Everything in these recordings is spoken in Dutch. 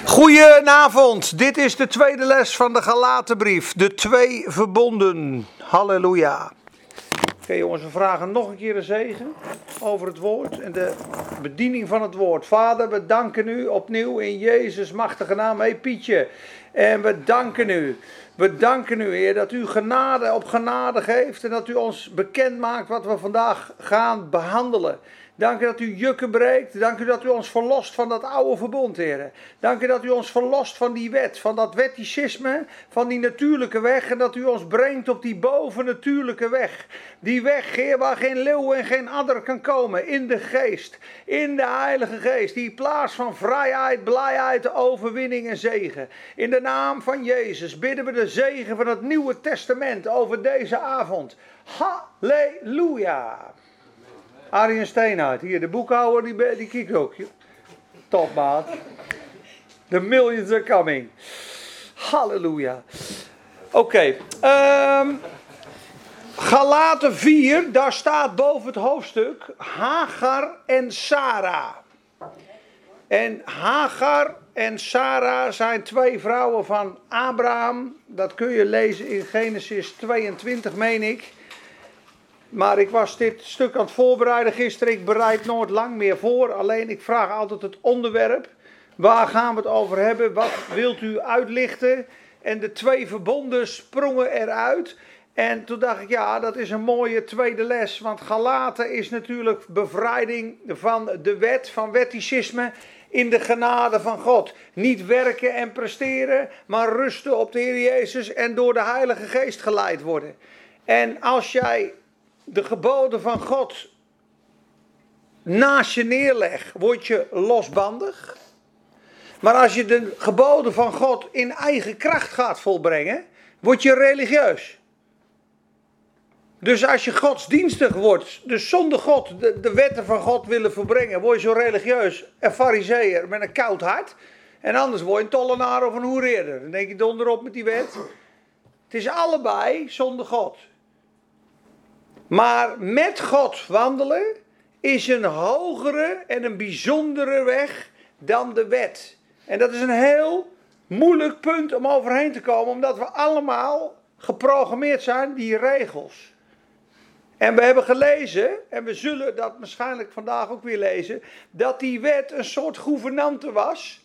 Goedenavond, dit is de tweede les van de Galatenbrief, de twee verbonden. Halleluja. Oké jongens, we vragen nog een keer een zegen over het woord en de bediening van het woord. Vader, we danken u opnieuw in Jezus' machtige naam. Hey Pietje, en we danken u Heer dat u genade op genade geeft en dat u ons bekend maakt wat we vandaag gaan behandelen. Dank u dat u jukken breekt. Dank u dat u ons verlost van dat oude verbond, Heer. Dank u dat u ons verlost van die wet, van dat wetticisme, van die natuurlijke weg. En dat u ons brengt op die bovennatuurlijke weg. Die weg, Heer, waar geen leeuw en geen adder kan komen. In de geest, in de Heilige Geest. Die plaats van vrijheid, blijheid, overwinning en zegen. In de naam van Jezus bidden we de zegen van het Nieuwe Testament over deze avond. Halleluja. Arjen Steenhuid, hier de boekhouder, die kijkt ook. Top maat. The millions are coming. Halleluja. Oké. Galaten 4, daar staat boven het hoofdstuk Hagar en Sarah. En Hagar en Sarah zijn twee vrouwen van Abraham. Dat kun je lezen in Genesis 22, meen ik. Maar ik was dit stuk aan het voorbereiden gisteren. Ik bereid nooit lang meer voor. Alleen ik vraag altijd het onderwerp. Waar gaan we het over hebben? Wat wilt u uitlichten? En de twee verbonden sprongen eruit. En toen dacht ik, ja, dat is een mooie tweede les. Want Galaten is natuurlijk bevrijding van de wet, van wetticisme in de genade van God. Niet werken en presteren, maar rusten op de Heer Jezus en door de Heilige Geest geleid worden. En als jij de geboden van God naast je neerlegt, word je losbandig. Maar als je de geboden van God in eigen kracht gaat volbrengen, word je religieus. Dus als je godsdienstig wordt, dus zonder God de wetten van God willen volbrengen, word je zo religieus, een farizeeër met een koud hart. En anders word je een tollenaar of een hoereerder. Dan denk je donderop met die wet. Het is allebei zonder God. Maar met God wandelen is een hogere en een bijzondere weg dan de wet. En dat is een heel moeilijk punt om overheen te komen, omdat we allemaal geprogrammeerd zijn, die regels. En we hebben gelezen, en we zullen dat waarschijnlijk vandaag ook weer lezen, dat die wet een soort gouvernante was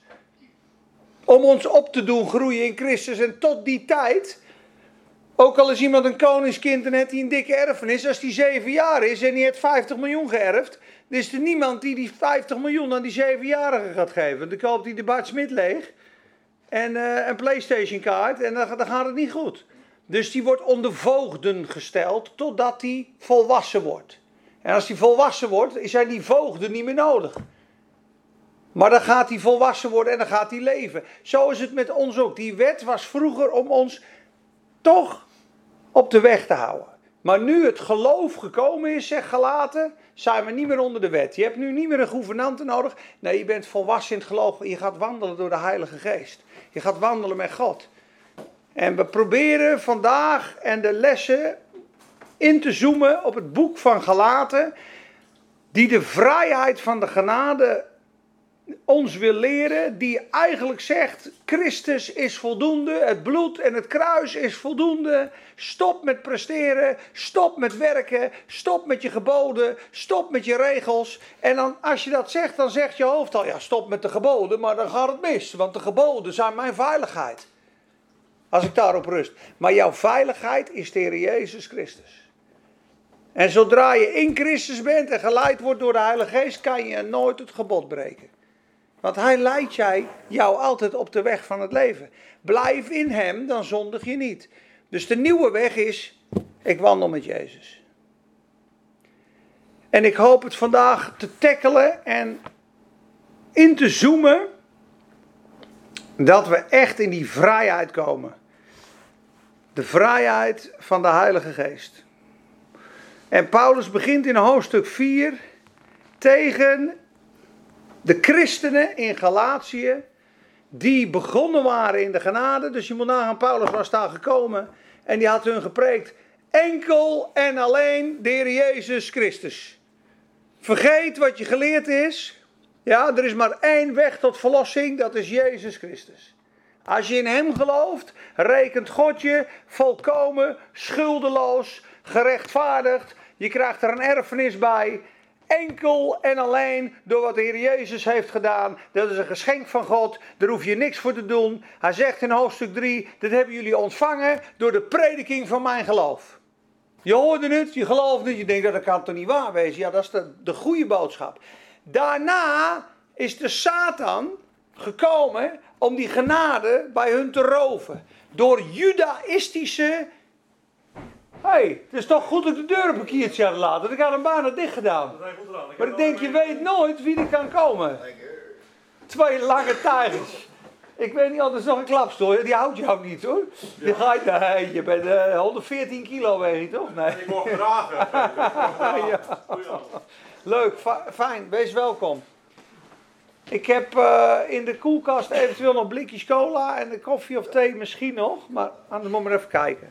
om ons op te doen groeien in Christus. En tot die tijd, ook al is iemand een koningskind en heeft hij een dikke erfenis, als die 7 jaar is en die heeft 50 miljoen geërfd, dan is er niemand die 50 miljoen aan die 7-jarige gaat geven. Dan koopt hij de Bart Smit leeg en een PlayStation kaart en dan gaat het niet goed. Dus die wordt onder voogden gesteld totdat hij volwassen wordt. En als hij volwassen wordt, zijn die voogden niet meer nodig. Maar dan gaat hij volwassen worden en dan gaat hij leven. Zo is het met ons ook. Die wet was vroeger om ons toch op de weg te houden. Maar nu het geloof gekomen is, zegt Galaten, zijn we niet meer onder de wet. Je hebt nu niet meer een gouvernante nodig. Nee, je bent volwassen in het geloof. Je gaat wandelen door de Heilige Geest. Je gaat wandelen met God. En we proberen vandaag en de lessen in te zoomen op het boek van Galaten, die de vrijheid van de genade ons wil leren, die eigenlijk zegt, Christus is voldoende, het bloed en het kruis is voldoende, stop met presteren, stop met werken, stop met je geboden, stop met je regels. En dan, als je dat zegt, dan zegt je hoofd al, ja, stop met de geboden, maar dan gaat het mis, want de geboden zijn mijn veiligheid. Als ik daarop rust. Maar jouw veiligheid is de Heer Jezus Christus. En zodra je in Christus bent en geleid wordt door de Heilige Geest, kan je nooit het gebod breken. Want hij leidt jou altijd op de weg van het leven. Blijf in hem, dan zondig je niet. Dus de nieuwe weg is, ik wandel met Jezus. En ik hoop het vandaag te tackelen en in te zoomen, dat we echt in die vrijheid komen. De vrijheid van de Heilige Geest. En Paulus begint in hoofdstuk 4 tegen de christenen in Galatië, die begonnen waren in de genade. Dus je moet nagaan, Paulus was daar gekomen en die had hun gepreekt. Enkel en alleen de Heer Jezus Christus. Vergeet wat je geleerd is. Ja, er is maar één weg tot verlossing, dat is Jezus Christus. Als je in hem gelooft, rekent God je volkomen, schuldeloos, gerechtvaardigd. Je krijgt er een erfenis bij. Enkel en alleen door wat de Heer Jezus heeft gedaan. Dat is een geschenk van God. Daar hoef je niks voor te doen. Hij zegt in hoofdstuk 3, dat hebben jullie ontvangen door de prediking van mijn geloof. Je hoorde het, je gelooft het, je denkt dat kan toch niet waar wezen. Ja, dat is de goede boodschap. Daarna is de Satan gekomen om die genade bij hun te roven. Door judaïstische... Het is toch goed dat ik de deur op een kiertje had laten. Ik had hem bijna dicht gedaan. Maar ik denk, je weet nooit wie er kan komen. 2 lange tijgers. Ik weet niet, anders nog een klapstoel. Die houdt jou niet hoor. Die gaat, nee, je bent 114 kilo weeg je toch? Nee. Ik mocht dragen. Ja. Leuk, fijn, wees welkom. Ik heb in de koelkast eventueel nog blikjes cola en een koffie of thee misschien nog. Maar anders moet maar even kijken.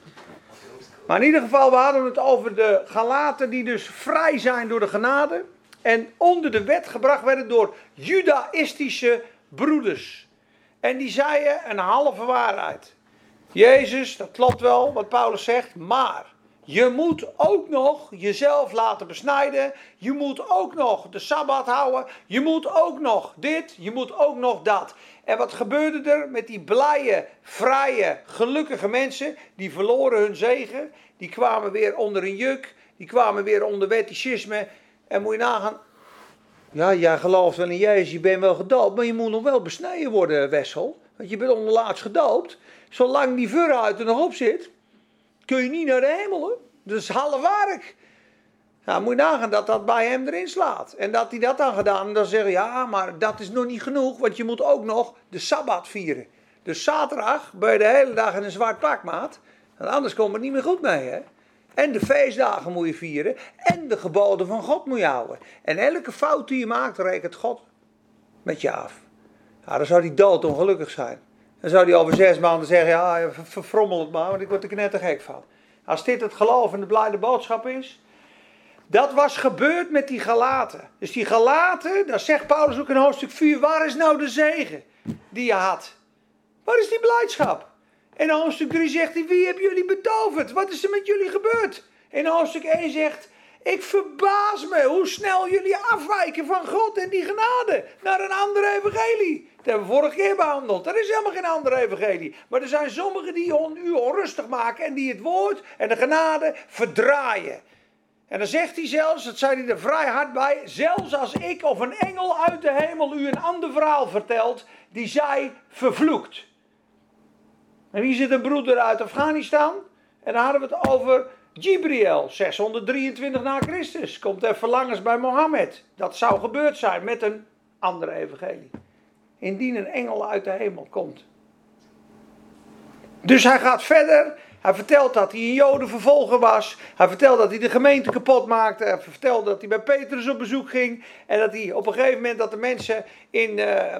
Maar in ieder geval, we hadden het over de Galaten die dus vrij zijn door de genade. En onder de wet gebracht werden door judaïstische broeders. En die zeiden een halve waarheid. Jezus, dat klopt wel wat Paulus zegt, maar je moet ook nog jezelf laten besnijden. Je moet ook nog de Sabbat houden. Je moet ook nog dit, je moet ook nog dat. En wat gebeurde er met die blije, vrije, gelukkige mensen? Die verloren hun zegen. Die kwamen weer onder een juk. Die kwamen weer onder wetticisme. En moet je nagaan. Ja, jij gelooft wel in Jezus, je bent wel gedoopt. Maar je moet nog wel besneden worden, Wessel. Want je bent onderlaatst gedoopt. Zolang die vuurhuid er nog op zit, kun je niet naar de hemel. Hè? Dat is halfwaardig. Nou, moet je nagaan dat dat bij hem erin slaat. En dat hij dat dan gedaan. En dan zeggen ja, maar dat is nog niet genoeg. Want je moet ook nog de Sabbat vieren. Dus zaterdag ben je de hele dag in een zwart pak, maat. Want anders komt het niet meer goed mee, hè. En de feestdagen moet je vieren. En de geboden van God moet je houden. En elke fout die je maakt, rekent God met je af. Ja, dan zou hij doodongelukkig zijn. Dan zou hij over 6 maanden zeggen, ja, verfrommel het maar, want ik word er knettergek van. Als dit het geloof en de blijde boodschap is. Dat was gebeurd met die Galaten. Dus die Galaten, daar zegt Paulus ook in hoofdstuk 4, waar is nou de zegen die je had? Waar is die blijdschap? In hoofdstuk 3 zegt hij, wie hebben jullie betoverd? Wat is er met jullie gebeurd? In hoofdstuk 1 zegt, ik verbaas me hoe snel jullie afwijken van God en die genade naar een ander evangelie. Dat hebben we vorige keer behandeld. Er is helemaal geen ander evangelie. Maar er zijn sommigen die u onrustig maken en die het woord en de genade verdraaien. En dan zegt hij zelfs, dat zei hij er vrij hard bij, zelfs als ik of een engel uit de hemel u een ander verhaal vertelt, die zij vervloekt. En hier zit een broeder uit Afghanistan. En dan hadden we het over Jibriel, 623 na Christus. Komt even langs bij Mohammed. Dat zou gebeurd zijn met een andere evangelie. Indien een engel uit de hemel komt. Dus hij gaat verder. Hij vertelt dat hij een jodenvervolger was. Hij vertelt dat hij de gemeente kapot maakte. Hij vertelt dat hij bij Petrus op bezoek ging. En dat hij op een gegeven moment dat de mensen in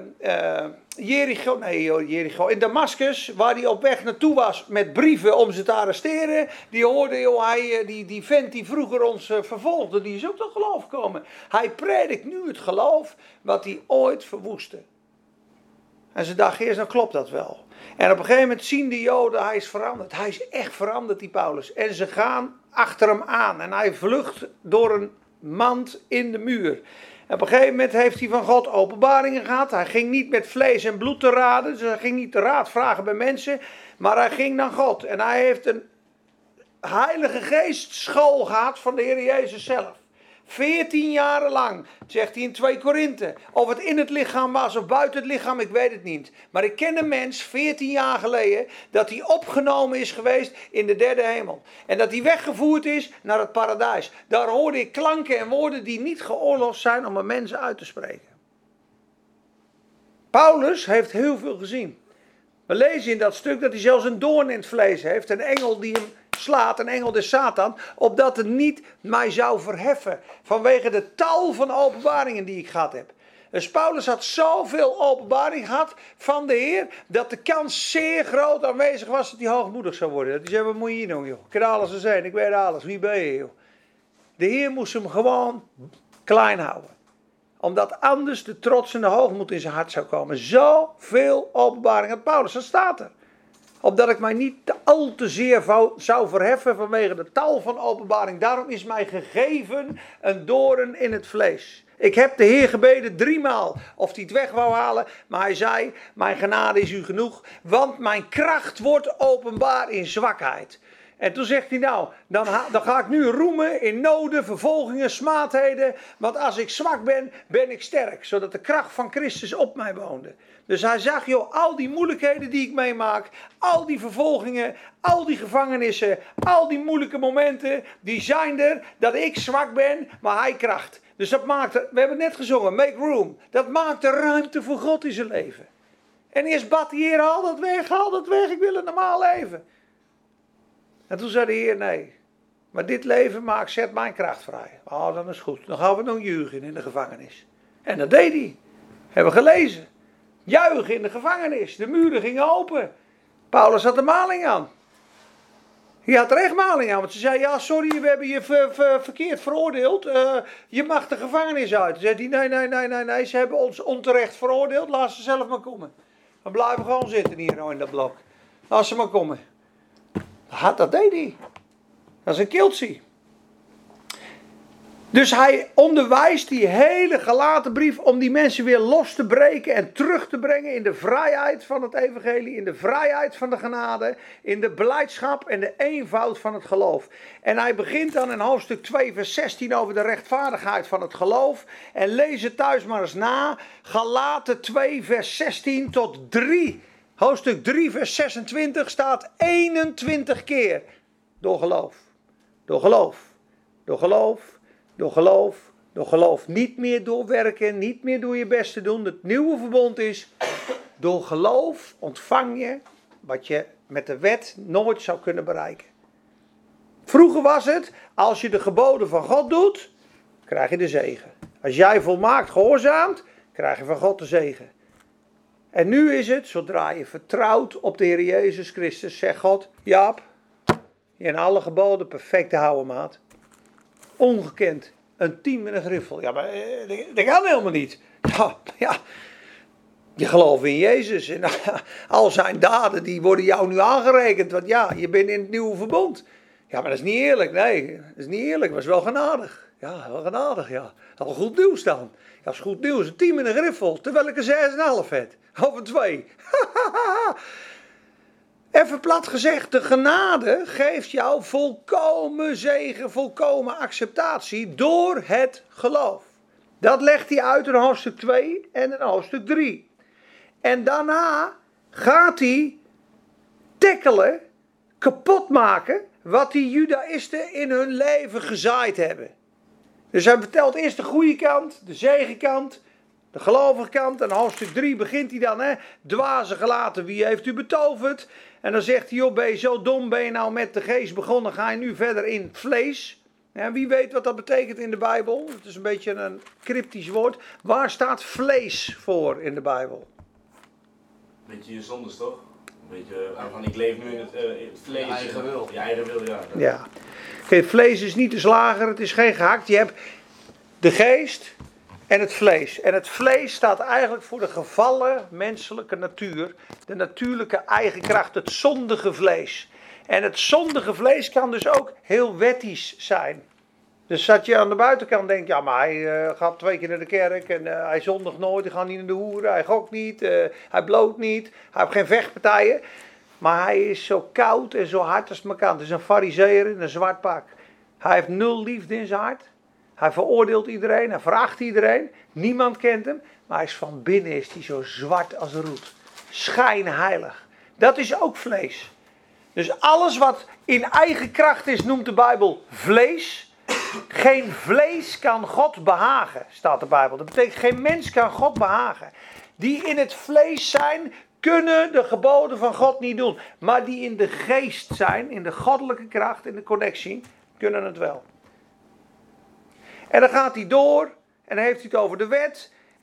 Jericho, in Damascus, waar hij op weg naartoe was met brieven om ze te arresteren. Die hoorde, die vent die vroeger ons vervolgde, die is ook tot geloof gekomen. Hij predikt nu het geloof wat hij ooit verwoestte. En ze dachten eerst, nou klopt dat wel. En op een gegeven moment zien de Joden, hij is veranderd. Hij is echt veranderd, die Paulus. En ze gaan achter hem aan. En hij vlucht door een mand in de muur. En op een gegeven moment heeft hij van God openbaringen gehad. Hij ging niet met vlees en bloed te raden. Dus hij ging niet te raad vragen bij mensen. Maar hij ging naar God. En hij heeft een Heilige Geest school gehad van de Heer Jezus zelf. 14 jaren lang, zegt hij in 2 Korinthe. Of het in het lichaam was of buiten het lichaam, ik weet het niet. Maar ik ken een mens, 14 jaar geleden, dat hij opgenomen is geweest in de derde hemel. En dat hij weggevoerd is naar het paradijs. Daar hoorde ik klanken en woorden die niet geoorloofd zijn om aan mensen uit te spreken. Paulus heeft heel veel gezien. We lezen in dat stuk dat hij zelfs een doorn in het vlees heeft. Een engel die hem slaat, een engel des Satan, opdat het niet mij zou verheffen. Vanwege de tal van openbaringen die ik gehad heb. Dus Paulus had zoveel openbaring gehad van de Heer, dat de kans zeer groot aanwezig was dat hij hoogmoedig zou worden. Dat hij zei, wat moet je hier doen, joh? Ik kan alles zijn, ik weet alles, wie ben je, joh? De Heer moest hem gewoon klein houden. Omdat anders de trots en de hoogmoed in zijn hart zou komen. Zoveel openbaring had Paulus, dat staat er. Opdat ik mij niet al te zeer zou verheffen vanwege de tal van openbaring. Daarom is mij gegeven een doorn in het vlees. Ik heb de Heer gebeden 3 maal of hij het weg wou halen. Maar hij zei, mijn genade is u genoeg. Want mijn kracht wordt openbaar in zwakheid. En toen zegt hij nou, dan ga ik nu roemen in noden, vervolgingen, smaadheden. Want als ik zwak ben, ben ik sterk. Zodat de kracht van Christus op mij woonde. Dus hij zag, joh, al die moeilijkheden die ik meemaak, al die vervolgingen, al die gevangenissen, al die moeilijke momenten, die zijn er dat ik zwak ben, maar hij kracht. Dus dat maakt, we hebben het net gezongen, make room. Dat maakt de ruimte voor God in zijn leven. En eerst bad de Heer, haal dat weg, ik wil een normaal leven. En toen zei de Heer, nee, maar dit leven zet mijn kracht vrij. Oh, dan is goed. Dan gaan we nog juichen in de gevangenis. En dat deed hij. Hebben we gelezen. Juichen in de gevangenis. De muren gingen open. Paulus had de maling aan. Hij had er echt maling aan. Want ze zei, ja sorry, we hebben je verkeerd veroordeeld. Je mag de gevangenis uit. Toen zei hij, nee, ze hebben ons onterecht veroordeeld. Laat ze zelf maar komen. We blijven gewoon zitten hier in dat blok. Laat ze maar komen. Dat deed hij. Dat is een kiltsie. Dus hij onderwijst die hele Galatenbrief om die mensen weer los te breken en terug te brengen in de vrijheid van het evangelie, in de vrijheid van de genade, in de blijdschap en de eenvoud van het geloof. En hij begint dan in hoofdstuk 2 vers 16 over de rechtvaardigheid van het geloof. En lees het thuis maar eens na. Galaten 2 vers 16 tot 3. Hoofdstuk 3 vers 26 staat 21 keer door geloof. Door geloof. Door geloof. Door geloof, door geloof. Niet meer door werken, niet meer door je best te doen. Het nieuwe verbond is, door geloof ontvang je wat je met de wet nooit zou kunnen bereiken. Vroeger was het, als je de geboden van God doet, krijg je de zegen. Als jij volmaakt gehoorzaamt, krijg je van God de zegen. En nu is het, zodra je vertrouwt op de Heer Jezus Christus, zegt God, Jaap, je in alle geboden perfect te houden, maat. Ongekend. Een 10 met een griffel. Ja, maar dat kan helemaal niet. Ja. Je gelooft in Jezus. En al zijn daden, die worden jou nu aangerekend. Want ja, je bent in het nieuwe verbond. Ja, maar dat is niet eerlijk. Nee, dat is niet eerlijk. Maar het is wel genadig. Ja, wel genadig, ja. Dat is goed nieuws dan. Ja, dat is goed nieuws. Een 10 met een griffel. Terwijl ik een 6,5 heb. Of een 2. Even plat gezegd, de genade geeft jou volkomen zegen, volkomen acceptatie door het geloof. Dat legt hij uit in hoofdstuk 2 en in hoofdstuk 3. En daarna gaat hij tackelen, kapot maken, wat die Judaïsten in hun leven gezaaid hebben. Dus hij vertelt eerst de goede kant, de zegenkant, de gelovige kant. En hoofdstuk 3 begint hij dan, dwaze gelaten, wie heeft u betoverd? En dan zegt hij, joh, ben je zo dom, ben je nou met de geest begonnen, ga je nu verder in vlees? Ja, wie weet wat dat betekent in de Bijbel? Het is een beetje een cryptisch woord. Waar staat vlees voor in de Bijbel? Een beetje je zondes, toch? Een beetje van ik leef nu in het vlees. Je eigen wil. Je eigen wil, ja. Ja. Kijk, vlees is niet de slager, het is geen gehakt. Je hebt de geest en het vlees. En het vlees staat eigenlijk voor de gevallen menselijke natuur. De natuurlijke eigen kracht, het zondige vlees. En het zondige vlees kan dus ook heel wettisch zijn. Dus dat je aan de buitenkant denkt, ja maar hij gaat 2 keer naar de kerk en hij zondigt nooit, hij gaat niet naar de hoeren, hij gokt niet, hij bloot niet, hij heeft geen vechtpartijen. Maar hij is zo koud en zo hard als het maar kan. Het is een farizeeër in een zwart pak. Hij heeft 0 liefde in zijn hart. Hij veroordeelt iedereen, hij veracht iedereen. Niemand kent hem, maar hij is van binnen is hij zo zwart als roet. Schijnheilig. Dat is ook vlees. Dus alles wat in eigen kracht is, noemt de Bijbel vlees. Geen vlees kan God behagen, staat de Bijbel. Dat betekent geen mens kan God behagen. Die in het vlees zijn, kunnen de geboden van God niet doen. Maar die in de geest zijn, in de goddelijke kracht, in de connectie, kunnen het wel. En dan gaat hij door en dan heeft hij het over de wet.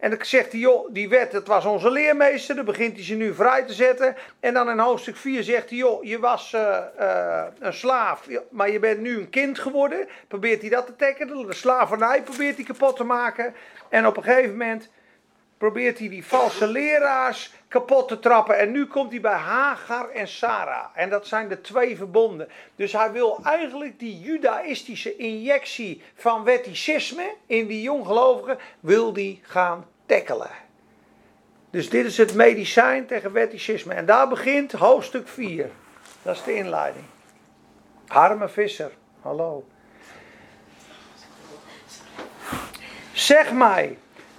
En dan zegt hij, joh, die wet, dat was onze leermeester. Dan begint hij ze nu vrij te zetten. En dan in hoofdstuk 4 zegt hij, joh, je was een slaaf, maar je bent nu een kind geworden. Probeert hij dat te tackelen. De slavernij probeert hij kapot te maken. En op een gegeven moment probeert hij die valse leraars kapot te trappen. En nu komt hij bij Hagar en Sarah. En dat zijn de 2 verbonden. Dus hij wil eigenlijk die judaïstische injectie van wetticisme in die jonggelovigen, wil die gaan tackelen. Dus dit is het medicijn tegen wetticisme. En daar begint hoofdstuk 4. Dat is de inleiding. Arme visser, hallo. Zeg mij,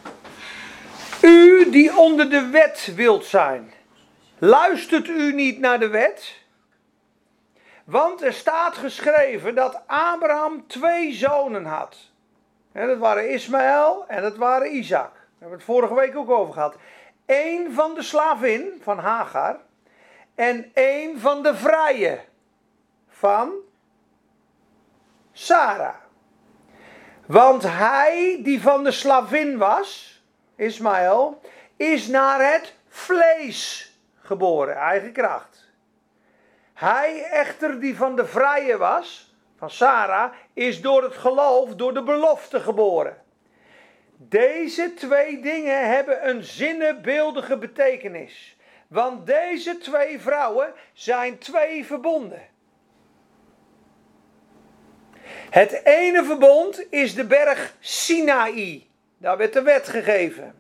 u die onder de wet wilt zijn, luistert u niet naar de wet? Want er staat geschreven dat Abraham 2 zonen had. En dat waren Ismaël en dat waren Isaac. Daar hebben we het vorige week ook over gehad. 1 van de slavin van Hagar en 1 van de vrije van Sarah. Want hij die van de slavin was, Ismaël, is naar het vlees geboren, eigen kracht. Hij echter die van de vrije was, van Sarah, is door het geloof, door de belofte geboren. Deze 2 dingen hebben een zinnebeeldige betekenis. Want deze 2 vrouwen zijn 2 verbonden. Het ene verbond is de berg Sinaï. Daar werd de wet gegeven.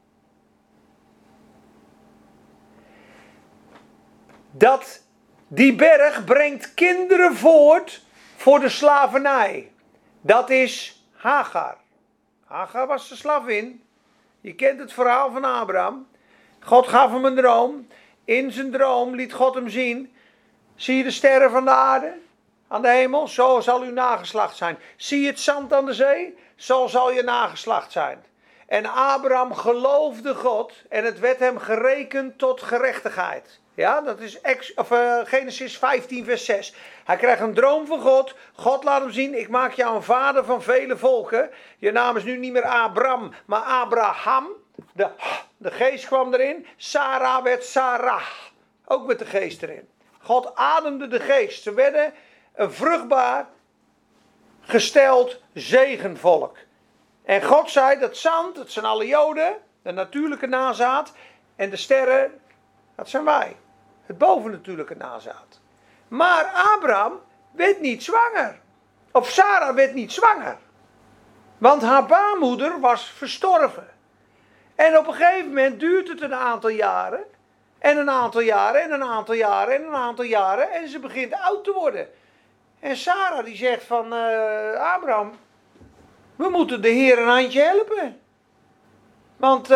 Die berg brengt kinderen voort voor de slavernij. Dat is Hagar. Hagar was de slavin. Je kent het verhaal van Abraham. God gaf hem een droom. In zijn droom liet God hem zien. Zie je de sterren van de aarde? Aan de hemel? Zo zal uw nageslacht zijn. Zie je het zand aan de zee? Zo zal je nageslacht zijn. En Abraham geloofde God en het werd hem gerekend tot gerechtigheid. Ja, dat is Genesis 15 vers 6. Hij krijgt een droom van God. God laat hem zien, ik maak jou een vader van vele volken. Je naam is nu niet meer Abram, maar Abraham. De geest kwam erin. Sarah werd Sarah. Ook met de geest erin. God ademde de geest. Ze werden een vruchtbaar gesteld zegenvolk. En God zei, dat zand, dat zijn alle Joden, de natuurlijke nazaat. En de sterren, dat zijn wij. Het bovennatuurlijke nazaat. Maar Abraham werd niet zwanger. Of Sarah werd niet zwanger. Want haar baarmoeder was verstorven. En op een gegeven moment duurt het een aantal jaren. En een aantal jaren, en een aantal jaren, en een aantal jaren. En ze begint oud te worden. En Sarah die zegt van Abraham, we moeten de Heer een handje helpen. Want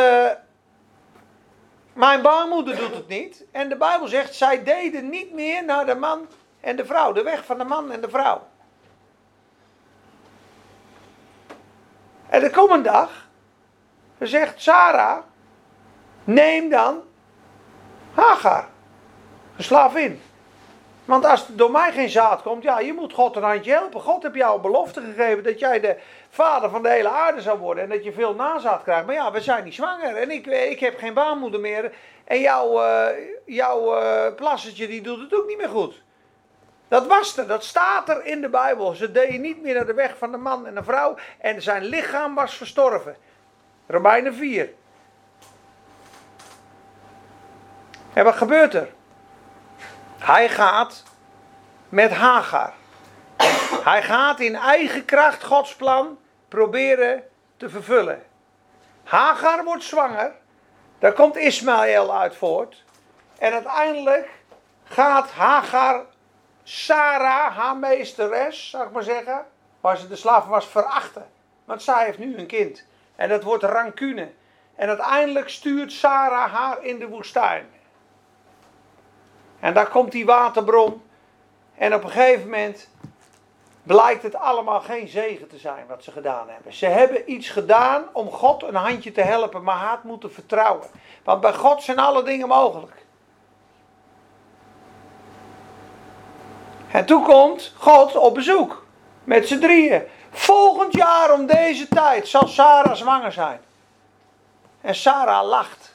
mijn baarmoeder doet het niet. En de Bijbel zegt, zij deden niet meer naar de man en de vrouw. De weg van de man en de vrouw. En er komt een dag. Zegt Sarah, neem dan Hagar. Een slavin. Want als er door mij geen zaad komt, ja, je moet God een handje helpen. God heeft jou een belofte gegeven dat jij de vader van de hele aarde zou worden. En dat je veel nazaat krijgt. Maar ja, we zijn niet zwanger. En ik heb geen baarmoeder meer. En jouw plassetje die doet het ook niet meer goed. Dat was er. Dat staat er in de Bijbel. Ze deden niet meer naar de weg van de man en de vrouw. En zijn lichaam was verstorven. Romeinen 4. En wat gebeurt er? Hij gaat met Hagar. Hij gaat in eigen kracht Gods plan proberen te vervullen. Hagar wordt zwanger. Daar komt Ismaël uit voort. En uiteindelijk gaat Hagar Sarah, haar meesteres, zou ik maar zeggen, waar ze de slaaf was, verachten. Want zij heeft nu een kind. En dat wordt rancune. En uiteindelijk stuurt Sarah haar in de woestijn. En daar komt die waterbron. En op een gegeven moment blijkt het allemaal geen zegen te zijn wat ze gedaan hebben. Ze hebben iets gedaan om God een handje te helpen, maar hij had moeten vertrouwen. Want bij God zijn alle dingen mogelijk. En toen komt God op bezoek. Met z'n drieën. Volgend jaar om deze tijd zal Sarah zwanger zijn. En Sarah lacht.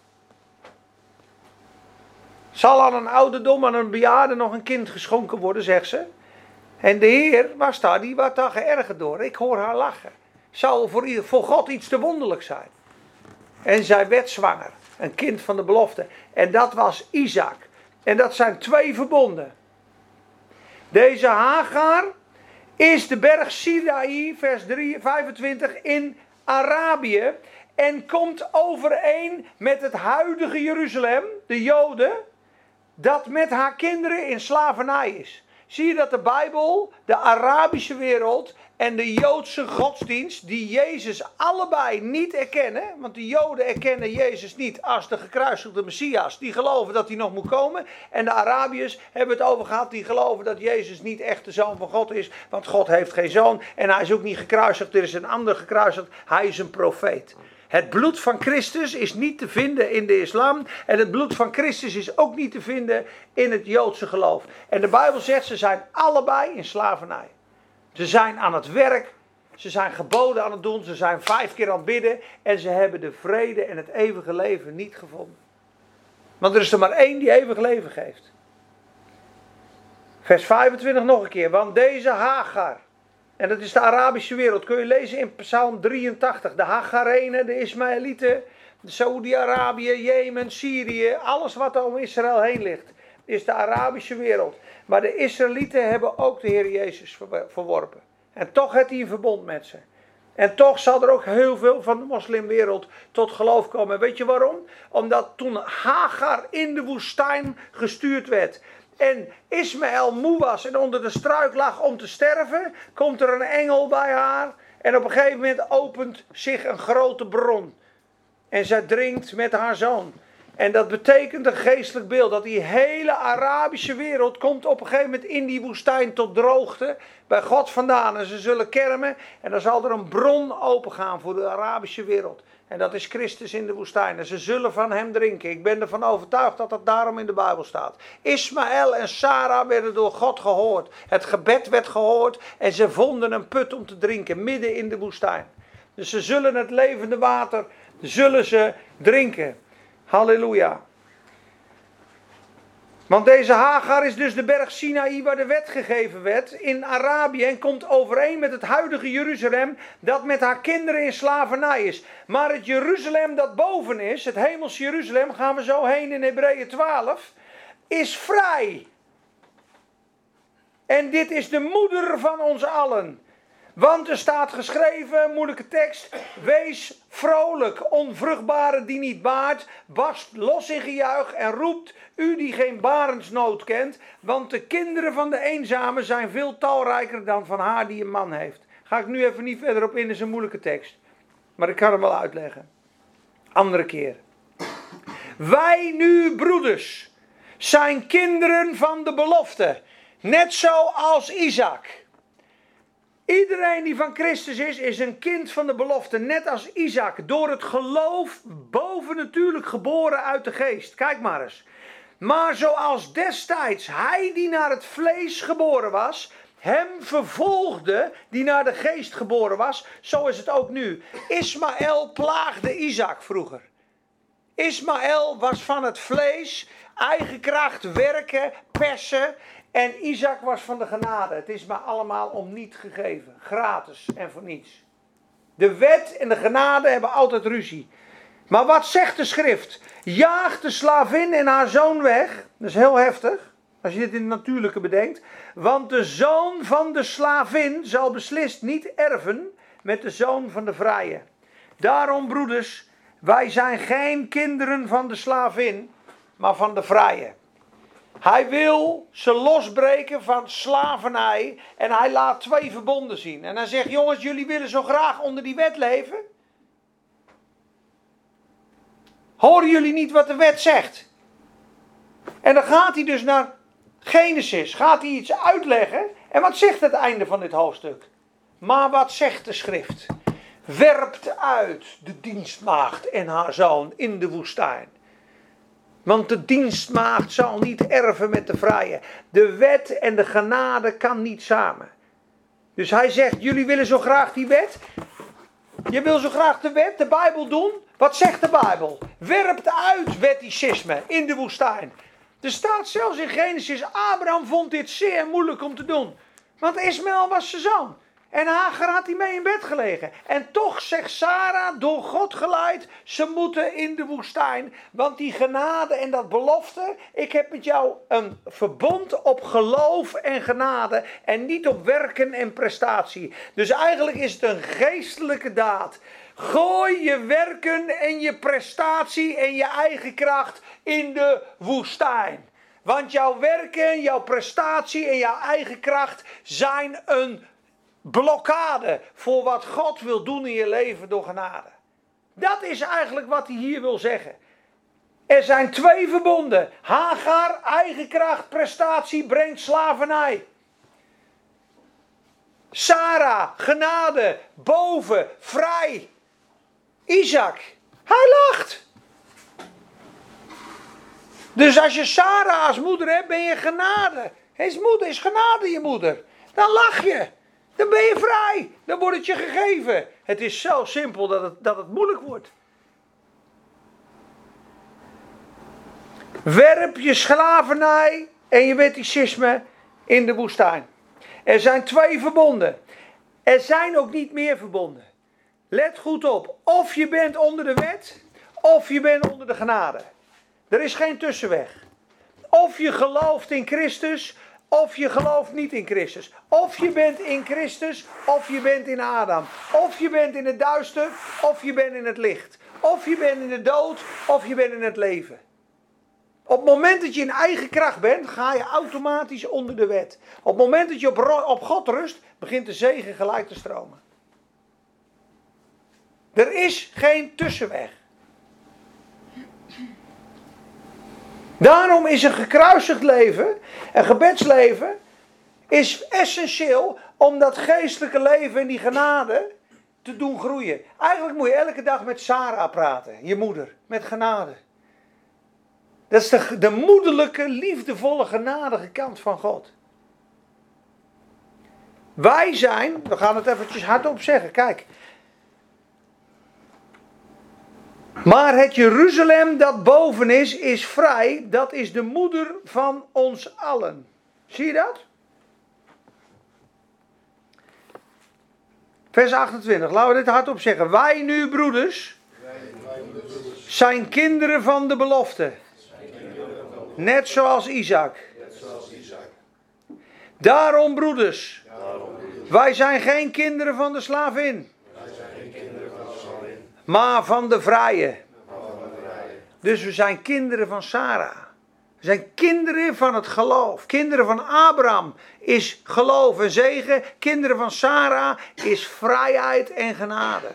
Zal aan een ouderdom, aan een bejaarde nog een kind geschonken worden, zegt ze. En de Heer was daar, die werd daar geërgerd door. Ik hoor haar lachen. Zou voor God iets te wonderlijk zijn. En zij werd zwanger. Een kind van de belofte. En dat was Isaac. En dat zijn 2 verbonden. Deze Hagar is de berg Sinaï, vers 25, in Arabië. En komt overeen met het huidige Jeruzalem, de Joden, dat met haar kinderen in slavernij is. Zie je dat de Bijbel, de Arabische wereld en de Joodse godsdienst, die Jezus allebei niet erkennen, want de Joden erkennen Jezus niet als de gekruisigde Messias, die geloven dat hij nog moet komen. En de Arabiërs hebben het over gehad, die geloven dat Jezus niet echt de Zoon van God is, want God heeft geen zoon en hij is ook niet gekruisigd, er is een ander gekruisigd, hij is een profeet. Het bloed van Christus is niet te vinden in de islam. En het bloed van Christus is ook niet te vinden in het Joodse geloof. En de Bijbel zegt, ze zijn allebei in slavernij. Ze zijn aan het werk. Ze zijn geboden aan het doen. Ze zijn 5 keer aan het bidden. En ze hebben de vrede en het eeuwige leven niet gevonden. Want er is er maar 1 die eeuwig leven geeft. Vers 25 nog een keer. Want deze Hagar... En dat is de Arabische wereld. Kun je lezen in Psalm 83. De Hagarenen, de Ismaëlieten, de Saoedi-Arabië, Jemen, Syrië. Alles wat er om Israël heen ligt. Is de Arabische wereld. Maar de Israëlieten hebben ook de Heer Jezus verworpen. En toch heeft hij een verbond met ze. En toch zal er ook heel veel van de moslimwereld tot geloof komen. Weet je waarom? Omdat toen Hagar in de woestijn gestuurd werd... En Ismaël moe was en onder de struik lag om te sterven, komt er een engel bij haar. En op een gegeven moment opent zich een grote bron. En zij drinkt met haar zoon. En dat betekent een geestelijk beeld. Dat die hele Arabische wereld komt op een gegeven moment in die woestijn tot droogte. Bij God vandaan. En ze zullen kermen. En dan zal er een bron opengaan voor de Arabische wereld. En dat is Christus in de woestijn. En ze zullen van hem drinken. Ik ben ervan overtuigd dat dat daarom in de Bijbel staat. Ismaël en Sarah werden door God gehoord. Het gebed werd gehoord. En ze vonden een put om te drinken. Midden in de woestijn. Dus ze zullen het levende water. Zullen ze drinken. Halleluja. Want deze Hagar is dus de berg Sinaï waar de wet gegeven werd in Arabië en komt overeen met het huidige Jeruzalem dat met haar kinderen in slavernij is. Maar het Jeruzalem dat boven is, het hemels Jeruzalem, gaan we zo heen in Hebreeën 12, is vrij. En dit is de moeder van ons allen. Want er staat geschreven, moeilijke tekst, wees vrolijk, onvruchtbare die niet baart, barst los in gejuich en roept, u die geen barensnood kent, want de kinderen van de eenzame zijn veel talrijker dan van haar die een man heeft. Ga ik nu even niet verder op in, is een moeilijke tekst. Maar ik kan hem wel uitleggen. Andere keer. Wij nu, broeders, zijn kinderen van de belofte, net zoals Isaac. Iedereen die van Christus is een kind van de belofte, net als Isaac, door het geloof bovennatuurlijk geboren uit de geest. Kijk maar eens. Maar zoals destijds hij die naar het vlees geboren was, hem vervolgde die naar de geest geboren was, zo is het ook nu. Ismaël plaagde Isaac vroeger. Ismaël was van het vlees, eigen kracht, werken, persen. En Isaac was van de genade. Het is maar allemaal om niet gegeven. Gratis en voor niets. De wet en de genade hebben altijd ruzie. Maar wat zegt de schrift? Jaag de slavin en haar zoon weg. Dat is heel heftig. Als je dit in het natuurlijke bedenkt. Want de zoon van de slavin zal beslist niet erven met de zoon van de vrije. Daarom, broeders, wij zijn geen kinderen van de slavin, maar van de vrije. Hij wil ze losbreken van slavernij en hij laat 2 verbonden zien. En hij zegt, jongens, jullie willen zo graag onder die wet leven? Horen jullie niet wat de wet zegt? En dan gaat hij dus naar Genesis, gaat hij iets uitleggen. En wat zegt het einde van dit hoofdstuk? Maar wat zegt de schrift? Werpt uit de dienstmaagd en haar zoon in de woestijn. Want de dienstmaagd zal niet erven met de vrije. De wet en de genade kan niet samen. Dus hij zegt, jullie willen zo graag die wet. Je wil zo graag de wet, de Bijbel doen. Wat zegt de Bijbel? Werpt uit wetticisme in de woestijn. Er staat zelfs in Genesis, Abraham vond dit zeer moeilijk om te doen. Want Ismaël was zijn zoon. En Hagar had hij mee in bed gelegen. En toch zegt Sarah, door God geleid, ze moeten in de woestijn. Want die genade en dat belofte, ik heb met jou een verbond op geloof en genade. En niet op werken en prestatie. Dus eigenlijk is het een geestelijke daad. Gooi je werken en je prestatie en je eigen kracht in de woestijn. Want jouw werken, jouw prestatie en jouw eigen kracht zijn een blokkade voor wat God wil doen in je leven door genade. Dat is eigenlijk wat hij hier wil zeggen. Er zijn twee verbonden. Hagar, eigen kracht, prestatie brengt slavernij. Sarah, genade, boven, vrij. Isaac, hij lacht. Dus als je Sarah als moeder hebt, ben je genade. Is genade je moeder. Dan lach je. Dan ben je vrij. Dan wordt het je gegeven. Het is zo simpel dat het moeilijk wordt. Werp je slavernij en je wetticisme in de woestijn. Er zijn twee verbonden. Er zijn ook niet meer verbonden. Let goed op. Of je bent onder de wet, of je bent onder de genade. Er is geen tussenweg. Of je gelooft in Christus, of je gelooft niet in Christus. Of je bent in Christus, of je bent in Adam. Of je bent in het duister, of je bent in het licht. Of je bent in de dood, of je bent in het leven. Op het moment dat je in eigen kracht bent, ga je automatisch onder de wet. Op het moment dat je op God rust, begint de zegen gelijk te stromen. Er is geen tussenweg. Daarom is een gekruisigd leven, een gebedsleven, is essentieel om dat geestelijke leven en die genade te doen groeien. Eigenlijk moet je elke dag met Sarah praten, je moeder, met genade. Dat is de moederlijke, liefdevolle, genadige kant van God. Wij zijn, we gaan het eventjes hardop zeggen, kijk. Maar het Jeruzalem dat boven is vrij, dat is de moeder van ons allen. Zie je dat? Vers 28, laten we dit hardop zeggen. Wij nu, broeders, zijn kinderen van de belofte. Net zoals Isaac. Daarom, broeders, wij zijn geen kinderen van de slavin. Maar van de vrije. Dus we zijn kinderen van Sarah. We zijn kinderen van het geloof. Kinderen van Abraham is geloof en zegen. Kinderen van Sarah is vrijheid en genade.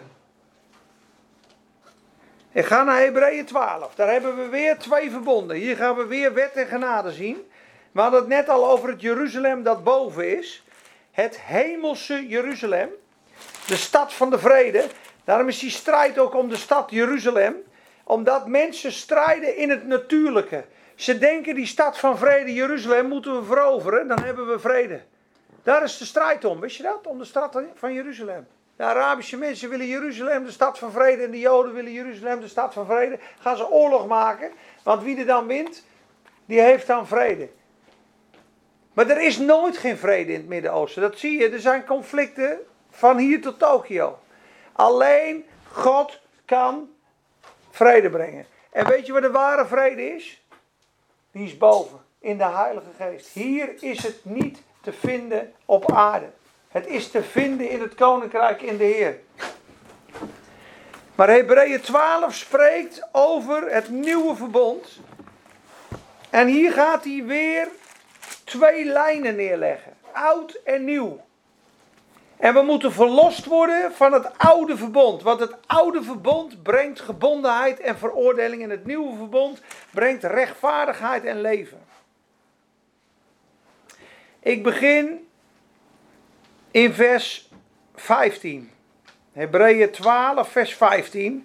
Ik ga naar Hebreeën 12. Daar hebben we weer twee verbonden. Hier gaan we weer wet en genade zien. We hadden het net al over het Jeruzalem dat boven is. Het hemelse Jeruzalem. De stad van de vrede. Daarom is die strijd ook om de stad Jeruzalem. Omdat mensen strijden in het natuurlijke. Ze denken die stad van vrede Jeruzalem moeten we veroveren. Dan hebben we vrede. Daar is de strijd om. Wist je dat? Om de stad van Jeruzalem. De Arabische mensen willen Jeruzalem de stad van vrede. En de Joden willen Jeruzalem de stad van vrede. Gaan ze oorlog maken. Want wie er dan wint, die heeft dan vrede. Maar er is nooit geen vrede in het Midden-Oosten. Dat zie je. Er zijn conflicten van hier tot Tokio. Alleen God kan vrede brengen. En weet je waar de ware vrede is? Die is boven, in de Heilige Geest. Hier is het niet te vinden op aarde. Het is te vinden in het Koninkrijk in de Heer. Maar Hebreeën 12 spreekt over het nieuwe verbond. En hier gaat hij weer twee lijnen neerleggen. Oud en nieuw. En we moeten verlost worden van het oude verbond. Want het oude verbond brengt gebondenheid en veroordeling. En het nieuwe verbond brengt rechtvaardigheid en leven. Ik begin in vers 15. Hebreeën 12 vers 15.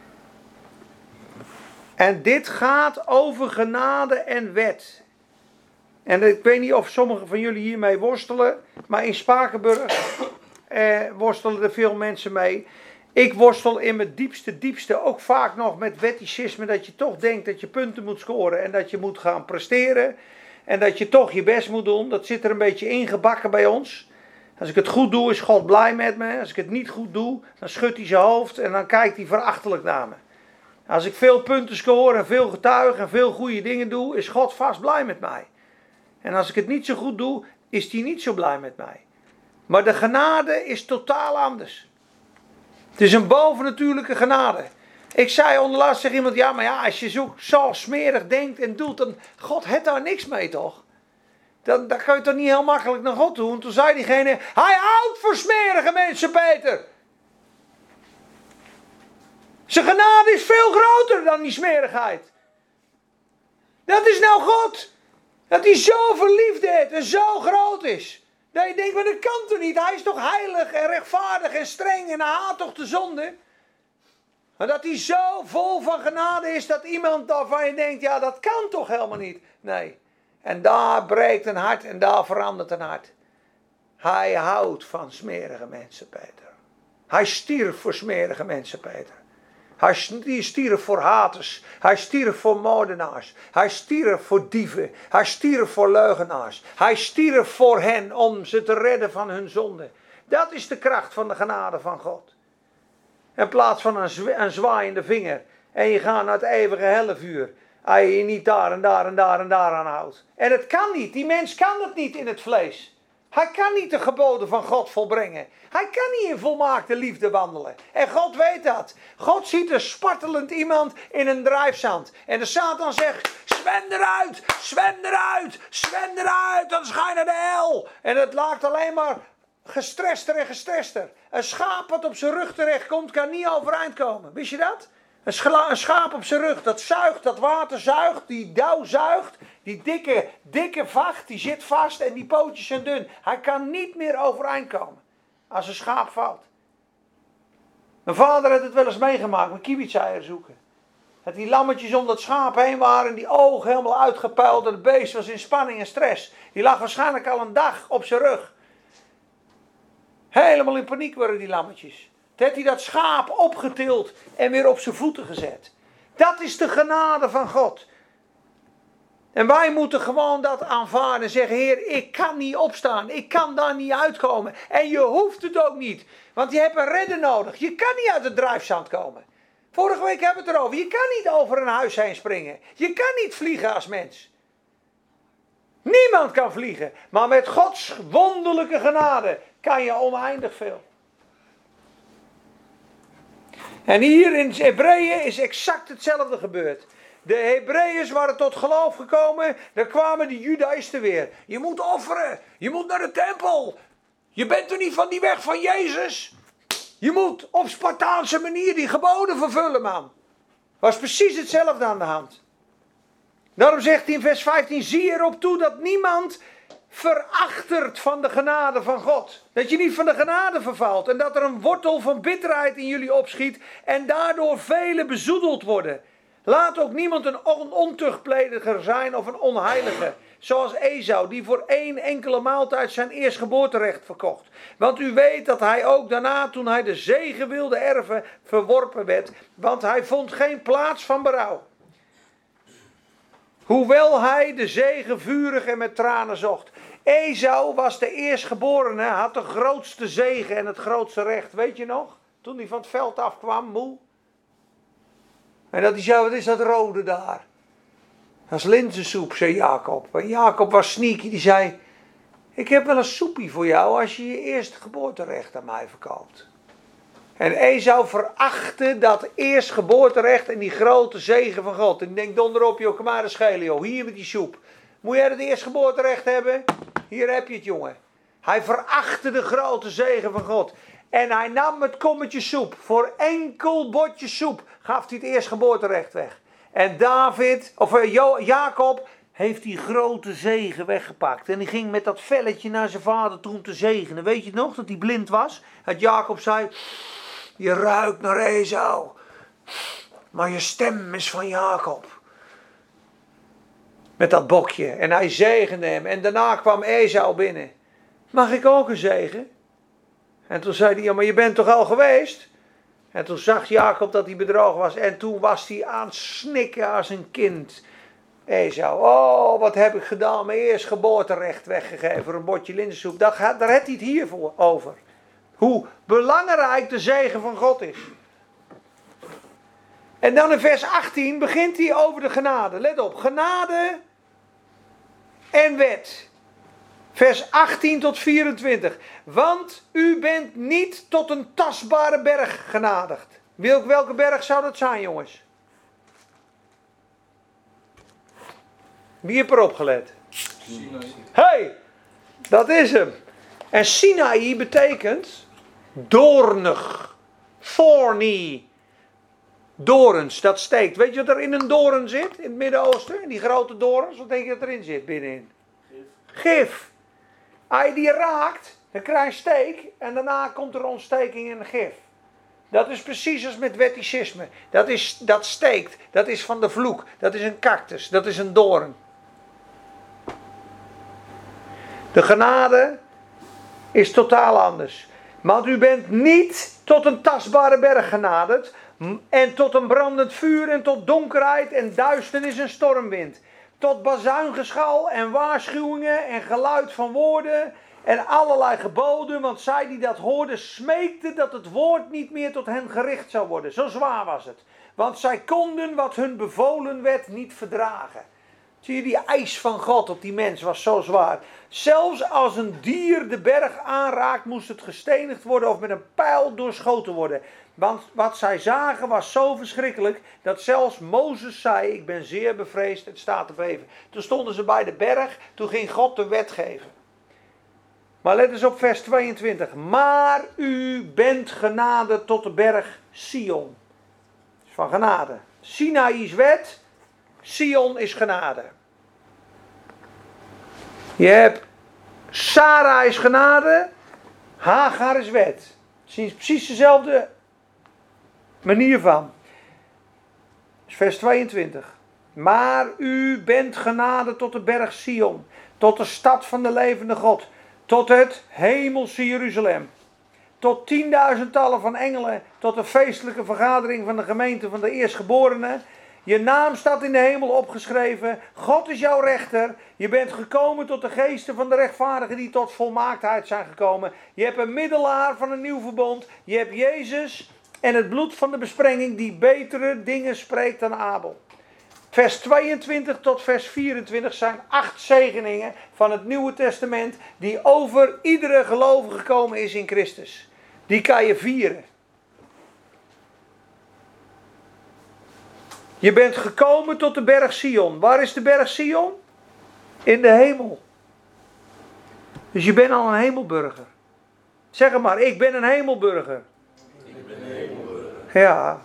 En dit gaat over genade en wet. En ik weet niet of sommigen van jullie hiermee worstelen. Maar in Spakenburg worstelen er veel mensen mee. Ik worstel in mijn diepste ook vaak nog met wetticisme. Dat je toch denkt dat je punten moet scoren en dat je moet gaan presteren. En dat je toch je best moet doen. Dat zit er een beetje ingebakken bij ons. Als ik het goed doe is God blij met me. Als ik het niet goed doe dan schudt hij zijn hoofd en dan kijkt hij verachtelijk naar me. Als ik veel punten score en veel getuig en veel goede dingen doe is God vast blij met mij. En als ik het niet zo goed doe is hij niet zo blij met mij. Maar de genade is totaal anders. Het is een bovennatuurlijke genade. Ik zei onderlaatst tegen iemand, ja maar ja, als je zo smerig denkt en doet, dan God heeft daar niks mee toch? Dan kan je toch niet heel makkelijk naar God doen. Toen zei diegene, hij houdt voor smerige mensen, Peter. Zijn genade is veel groter dan die smerigheid. Dat is nou God. Dat hij zoveel liefde heeft en zo groot is. Dat je denkt, maar dat kan toch niet? Hij is toch heilig en rechtvaardig en streng en hij haat toch de zonde? Maar dat hij zo vol van genade is dat iemand daarvan je denkt, ja dat kan toch helemaal niet? Nee. En daar breekt een hart en daar verandert een hart. Hij houdt van smerige mensen, Peter. Hij stierf voor smerige mensen, Peter. Hij stierf voor haters. Hij stierf voor moordenaars. Hij stierf voor dieven. Hij stierf voor leugenaars. Hij stierf voor hen om ze te redden van hun zonde. Dat is de kracht van de genade van God. In plaats van een zwaaiende vinger. En je gaat naar het eeuwige hellevuur. Als je je niet daar en daar en daar en daar aan houdt. En het kan niet. Die mens kan het niet in het vlees. Hij kan niet de geboden van God volbrengen. Hij kan niet in volmaakte liefde wandelen. En God weet dat. God ziet een spartelend iemand in een drijfzand. En de Satan zegt, Sven eruit, Sven eruit, Sven eruit. Dan ga je naar de hel. En het lijkt alleen maar gestrester en gestrester. Een schaap wat op zijn rug terechtkomt kan niet overeind komen. Wist je dat? Een schaap op zijn rug, dat zuigt, dat water zuigt, die dauw zuigt. Die dikke vacht, die zit vast en die pootjes zijn dun. Hij kan niet meer overeind komen als een schaap valt. Mijn vader had het wel eens meegemaakt met kiewietseieren zoeken. Dat die lammetjes om dat schaap heen waren en die ogen helemaal uitgepuild en het beest was in spanning en stress. Die lag waarschijnlijk al een dag op zijn rug. Helemaal in paniek waren die lammetjes. Toen heeft hij dat schaap opgetild en weer op zijn voeten gezet. Dat is de genade van God. En wij moeten gewoon dat aanvaarden en zeggen, Heer, ik kan niet opstaan. Ik kan daar niet uitkomen. En je hoeft het ook niet. Want je hebt een redder nodig. Je kan niet uit het drijfzand komen. Vorige week hebben we het erover. Je kan niet over een huis heen springen. Je kan niet vliegen als mens. Niemand kan vliegen. Maar met Gods wonderlijke genade kan je oneindig veel. En hier in Hebreeën is exact hetzelfde gebeurd. De Hebreeërs waren tot geloof gekomen. Dan kwamen de Judaïsten weer. Je moet offeren. Je moet naar de tempel. Je bent er niet van die weg van Jezus. Je moet op Spartaanse manier die geboden vervullen, man. Was precies hetzelfde aan de hand. Daarom zegt hij in vers 15. Zie erop toe dat niemand verachtert van de genade van God. Dat je niet van de genade vervalt. En dat er een wortel van bitterheid in jullie opschiet. En daardoor velen bezoedeld worden. Laat ook niemand een ontuchtplediger zijn of een onheilige. Zoals Esau, die voor 1 enkele maaltijd zijn eerstgeboorterecht verkocht. Want u weet dat hij ook daarna, toen hij de zegen wilde erven, verworpen werd. Want hij vond geen plaats van berouw. Hoewel hij de zegen vurig en met tranen zocht. Esau was de eerstgeborene, had de grootste zegen en het grootste recht. Weet je nog? Toen hij van het veld afkwam, moe. En dat hij zei, wat is dat rode daar? Dat is linzensoep, zei Jacob. En Jacob was sneaky, die zei, ik heb wel een soepie voor jou als je je eerste geboorterecht aan mij verkoopt. En Esau verachtte dat eerstgeboorterecht en die grote zegen van God. En ik denk, donder op joh, kom maar eens schelen joh, hier met die soep. Moet jij het eerstgeboorterecht hebben? Hier heb je het jongen. Hij verachtte de grote zegen van God. En hij nam het kommetje soep. Voor enkel bordje soep gaf hij het eerstgeboorterecht weg. En Jacob heeft die grote zegen weggepakt. En die ging met dat velletje naar zijn vader toe om te zegenen. Weet je nog dat hij blind was? Dat Jacob zei, je ruikt naar Esau. Maar je stem is van Jacob. Met dat bokje. En hij zegende hem. En daarna kwam Esau binnen. Mag ik ook een zegen? En toen zei hij, ja maar je bent toch al geweest? En toen zag Jacob dat hij bedrogen was. En toen was hij aan het snikken als een kind. Esau, oh wat heb ik gedaan. Mijn eerstgeboorterecht weggegeven voor een bordje linzensoep. Daar heeft hij het hier voor over. Hoe belangrijk de zegen van God is. En dan in vers 18 begint hij over de genade. Let op, genade en wet. Vers 18 tot 24. Want u bent niet tot een tastbare berg genadigd. Welke berg zou dat zijn, jongens? Wie heeft erop gelet? Sinaï. Hey, dat is hem. En Sinaï betekent doornig. Thorny. Dorens, dat steekt. Weet je wat er in een doorn zit? In het Midden-Oosten? Die grote dorens. Wat denk je dat erin zit binnenin? Gif. Als je die raakt, dan krijg je een steek. En daarna komt er ontsteking in een gif. Dat is precies als met wetticisme. Dat steekt. Dat is van de vloek. Dat is een cactus. Dat is een doorn. De genade is totaal anders. Want u bent niet tot een tastbare berg genaderd. En tot een brandend vuur en tot donkerheid en duisternis en stormwind. Tot bazuingeschal en waarschuwingen en geluid van woorden en allerlei geboden. Want zij die dat hoorden smeekten dat het woord niet meer tot hen gericht zou worden. Zo zwaar was het. Want zij konden wat hun bevolen werd niet verdragen. Zie je, die eis van God op die mens was zo zwaar. Zelfs als een dier de berg aanraakt, moest het gestenigd worden of met een pijl doorschoten worden. Want wat zij zagen was zo verschrikkelijk, dat zelfs Mozes zei, ik ben zeer bevreesd, het staat te beven. Toen stonden ze bij de berg, toen ging God de wet geven. Maar let eens op vers 22. Maar u bent genade tot de berg Sion. Dat is van genade. Sinaï is wet, Sion is genade. Je hebt Sarah is genade, Hagar is wet. Het is precies dezelfde manier van. Vers 22. Maar u bent genade tot de berg Sion, tot de stad van de levende God, tot het hemelse Jeruzalem, tot 10.000-tallen van engelen, tot de feestelijke vergadering van de gemeente van de eerstgeborenen. Je naam staat in de hemel opgeschreven. God is jouw rechter. Je bent gekomen tot de geesten van de rechtvaardigen die tot volmaaktheid zijn gekomen. Je hebt een middelaar van een nieuw verbond. Je hebt Jezus en het bloed van de besprenging die betere dingen spreekt dan Abel. Vers 22 tot vers 24 zijn 8 zegeningen van het Nieuwe Testament die over iedere gelovige gekomen is in Christus. Die kan je vieren. Je bent gekomen tot de berg Sion. Waar is de berg Sion? In de hemel. Dus je bent al een hemelburger. Zeg het maar, ik ben een hemelburger. Ik ben een hemelburger. Ja.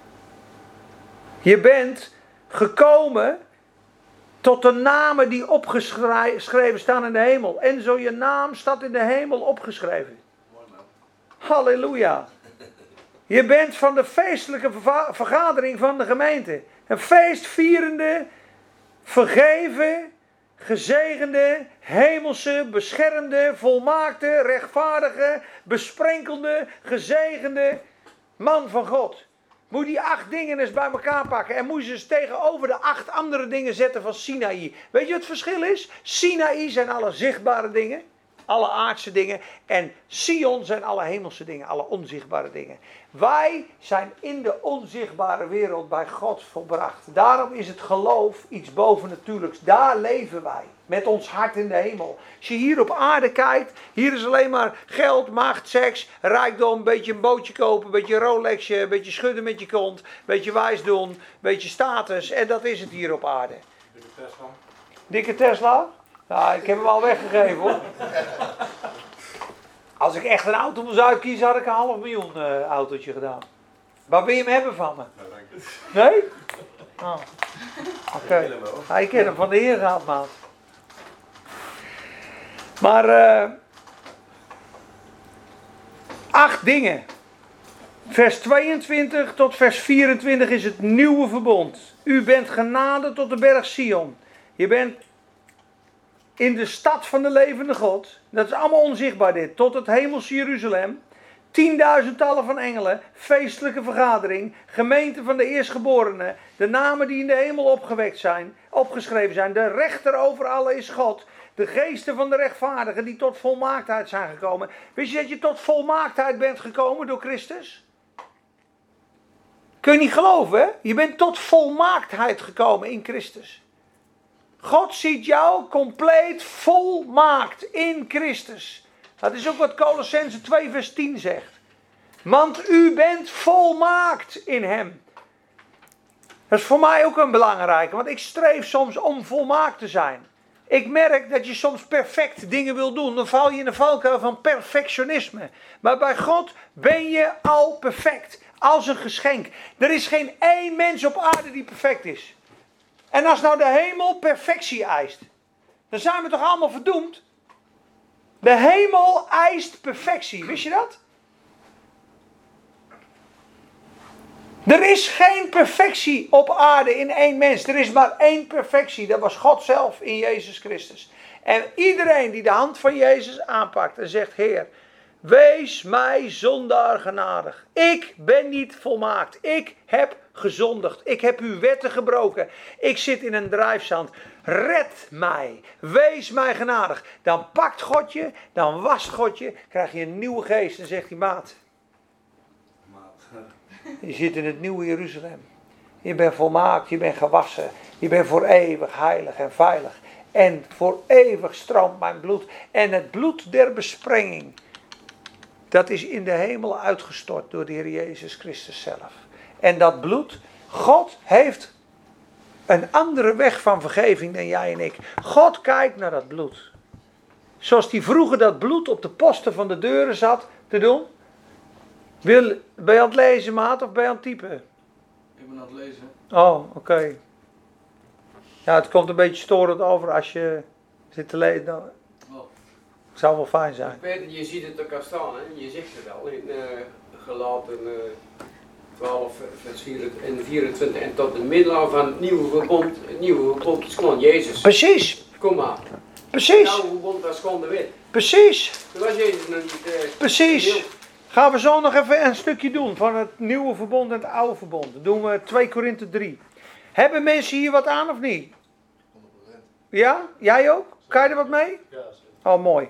Je bent gekomen tot de namen die opgeschreven staan in de hemel. En zo je naam staat in de hemel opgeschreven. Halleluja. Je bent van de feestelijke vergadering van de gemeente. Een feestvierende, vergeven, gezegende, hemelse, beschermde, volmaakte, rechtvaardige, besprenkelde, gezegende man van God. Moet die 8 dingen eens bij elkaar pakken en moet je ze tegenover de 8 andere dingen zetten van Sinaï. Weet je wat het verschil is? Sinaï zijn alle zichtbare dingen. Alle aardse dingen. En Sion zijn alle hemelse dingen. Alle onzichtbare dingen. Wij zijn in de onzichtbare wereld bij God volbracht. Daarom is het geloof iets bovennatuurlijks. Daar leven wij. Met ons hart in de hemel. Als je hier op aarde kijkt. Hier is alleen maar geld, macht, seks, rijkdom. Een beetje een bootje kopen. Een beetje een Rolexje. Een beetje schudden met je kont. Een beetje wijs doen. Een beetje status. En dat is het hier op aarde. Dikke Tesla. Dikke Tesla? Ja, ik heb hem al weggegeven hoor. Als ik echt een auto moest uitkiezen, had ik een 500.000 autootje gedaan. Waar wil je hem hebben van me? Nee? Oh. Oké. Okay. Ik ken hem van de Heer gehad, maat. Maar 8 dingen. Vers 22 tot vers 24 is het nieuwe verbond. U bent genade tot de berg Sion. Je bent in de stad van de levende God. Dat is allemaal onzichtbaar dit. Tot het hemelse Jeruzalem. tienduizendtallen van engelen, feestelijke vergadering, gemeente van de eerstgeborenen, de namen die in de hemel opgeschreven zijn, de rechter over alle is God, de geesten van de rechtvaardigen die tot volmaaktheid zijn gekomen. Wist je dat je tot volmaaktheid bent gekomen door Christus? Kun je niet geloven, hè? Je bent tot volmaaktheid gekomen in Christus. God ziet jou compleet volmaakt in Christus. Dat is ook wat Kolossenzen 2 vers 10 zegt. Want u bent volmaakt in hem. Dat is voor mij ook een belangrijke, want ik streef soms om volmaakt te zijn. Ik merk dat je soms perfect dingen wil doen. Dan val je in de valkuil van perfectionisme. Maar bij God ben je al perfect. Als een geschenk. Er is geen één mens op aarde die perfect is. En als nou de hemel perfectie eist, dan zijn we toch allemaal verdoemd? De hemel eist perfectie. Wist je dat? Er is geen perfectie op aarde in één mens. Er is maar één perfectie. Dat was God zelf in Jezus Christus. En iedereen die de hand van Jezus aanpakt en zegt: Heer, wees mij zondaar genadig. Ik ben niet volmaakt. Ik heb gezondigd. Ik heb uw wetten gebroken. Ik zit in een drijfzand. Red mij. Wees mij genadig. Dan pakt God je. Dan wast God je. Krijg je een nieuwe geest. En zegt hij: maat. Je zit in het nieuwe Jeruzalem. Je bent volmaakt. Je bent gewassen. Je bent voor eeuwig heilig en veilig. En voor eeuwig stroomt mijn bloed. En het bloed der besprenging, dat is in de hemel uitgestort door de Heer Jezus Christus zelf. En dat bloed, God heeft een andere weg van vergeving dan jij en ik. God kijkt naar dat bloed. Zoals hij vroeger dat bloed op de posten van de deuren zat te doen. Ben je aan het lezen, maat, of ben je aan het typen? Ik ben aan het lezen. Oh, oké. Ja, het komt een beetje storend over als je zit te lezen. Nou, het zou wel fijn zijn. Peter, je ziet het ook al staan, hè? Je zegt het al in Galaten 12 vers 24. En tot de middelaar van het nieuwe verbond. Het nieuwe verbond is gewoon Jezus. Precies. Kom maar. Precies. Het oude verbond was gewoon de wet. Precies. Toen was Jezus nog niet. Precies. Gaan we zo nog even een stukje doen van het nieuwe verbond en het oude verbond. Dat doen we 2 Korinthe 3. Hebben mensen hier wat aan of niet? 100%. Ja? Jij ook? Kan je er wat mee? Ja, zeker. Oh, mooi.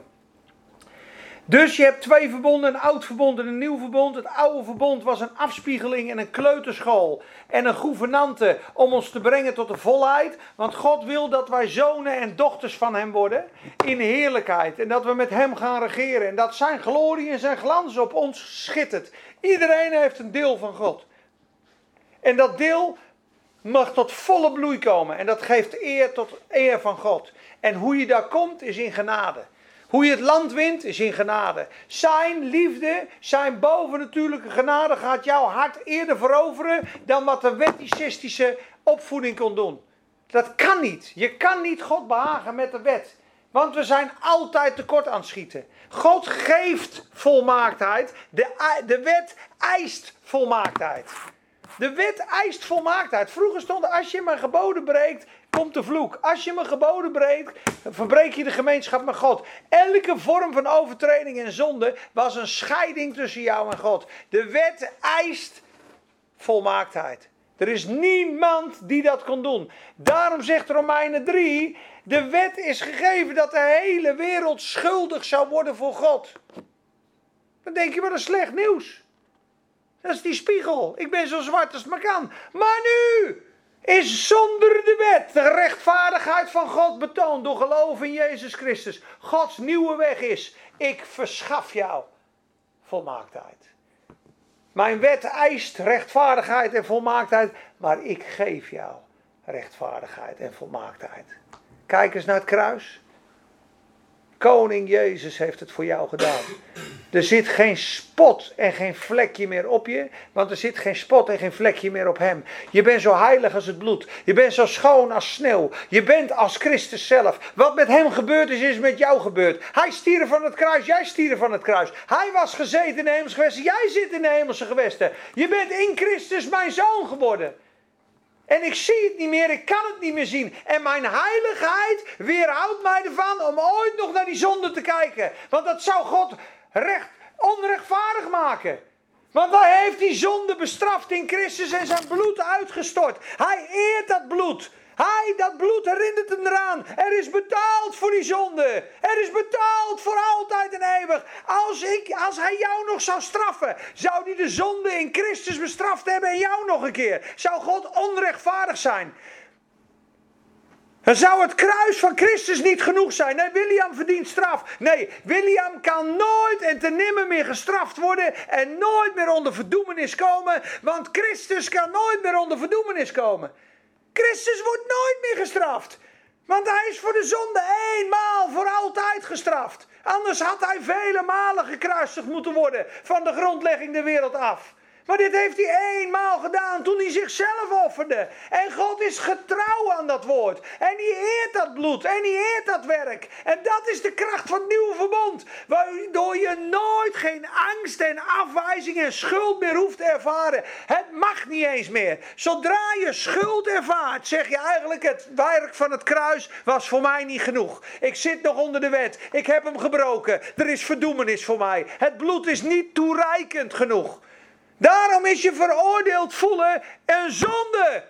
Dus je hebt 2 verbonden, een oud verbond en een nieuw verbond. Het oude verbond was een afspiegeling en een kleuterschool en een gouvernante om ons te brengen tot de volheid. Want God wil dat wij zonen en dochters van hem worden in heerlijkheid. En dat we met hem gaan regeren. En dat zijn glorie en zijn glans op ons schittert. Iedereen heeft een deel van God. En dat deel mag tot volle bloei komen. En dat geeft eer tot eer van God. En hoe je daar komt is in genade. Hoe je het land wint is in genade. Zijn liefde, zijn bovennatuurlijke genade gaat jouw hart eerder veroveren dan wat de wetticistische opvoeding kon doen. Dat kan niet. Je kan niet God behagen met de wet. Want we zijn altijd tekort aan het schieten. God geeft volmaaktheid. De wet eist volmaaktheid. De wet eist volmaaktheid. Vroeger stond: als je mijn geboden breekt, komt de vloek. Als je mijn geboden breekt, verbreek je de gemeenschap met God. Elke vorm van overtreding en zonde was een scheiding tussen jou en God. De wet eist volmaaktheid. Er is niemand die dat kon doen. Daarom zegt Romeinen 3... de wet is gegeven dat de hele wereld schuldig zou worden voor God. Dan denk je: wat een slecht nieuws. Dat is die spiegel. Ik ben zo zwart als het maar kan. Maar nu is zonder de wet de rechtvaardigheid van God betoond door geloof in Jezus Christus. Gods nieuwe weg is: ik verschaf jou volmaaktheid. Mijn wet eist rechtvaardigheid en volmaaktheid, maar ik geef jou rechtvaardigheid en volmaaktheid. Kijk eens naar het kruis. Koning Jezus heeft het voor jou gedaan. Er zit geen spot en geen vlekje meer op je. Want er zit geen spot en geen vlekje meer op hem. Je bent zo heilig als het bloed. Je bent zo schoon als sneeuw. Je bent als Christus zelf. Wat met hem gebeurd is met jou gebeurd. Hij stierf van het kruis, jij stierf van het kruis. Hij was gezeten in de hemelse gewesten, jij zit in de hemelse gewesten. Je bent in Christus mijn zoon geworden. En ik zie het niet meer, ik kan het niet meer zien. En mijn heiligheid weerhoudt mij ervan om ooit nog naar die zonde te kijken. Want dat zou God recht onrechtvaardig maken. Want hij heeft die zonde bestraft in Christus en zijn bloed uitgestort. Hij eert dat bloed. Dat bloed herinnert hem eraan. Er is betaald voor die zonde. Er is betaald voor altijd en eeuwig. Als hij jou nog zou straffen, zou hij de zonde in Christus bestraft hebben en jou nog een keer. Zou God onrechtvaardig zijn? Dan zou het kruis van Christus niet genoeg zijn. Nee, William verdient straf. Nee, William kan nooit en ten nimmer meer gestraft worden en nooit meer onder verdoemenis komen. Want Christus kan nooit meer onder verdoemenis komen. Christus wordt nooit meer gestraft. Want hij is voor de zonde eenmaal voor altijd gestraft. Anders had hij vele malen gekruisigd moeten worden van de grondlegging der wereld af. Maar dit heeft hij eenmaal gedaan toen hij zichzelf offerde. En God is getrouw aan dat woord. En hij eert dat bloed. En hij eert dat werk. En dat is de kracht van het nieuwe verbond. Waardoor je nooit geen angst en afwijzing en schuld meer hoeft te ervaren. Het mag niet eens meer. Zodra je schuld ervaart, zeg je eigenlijk het werk van het kruis was voor mij niet genoeg. Ik zit nog onder de wet. Ik heb hem gebroken. Er is verdoemenis voor mij. Het bloed is niet toereikend genoeg. Daarom is je veroordeeld voelen een zonde.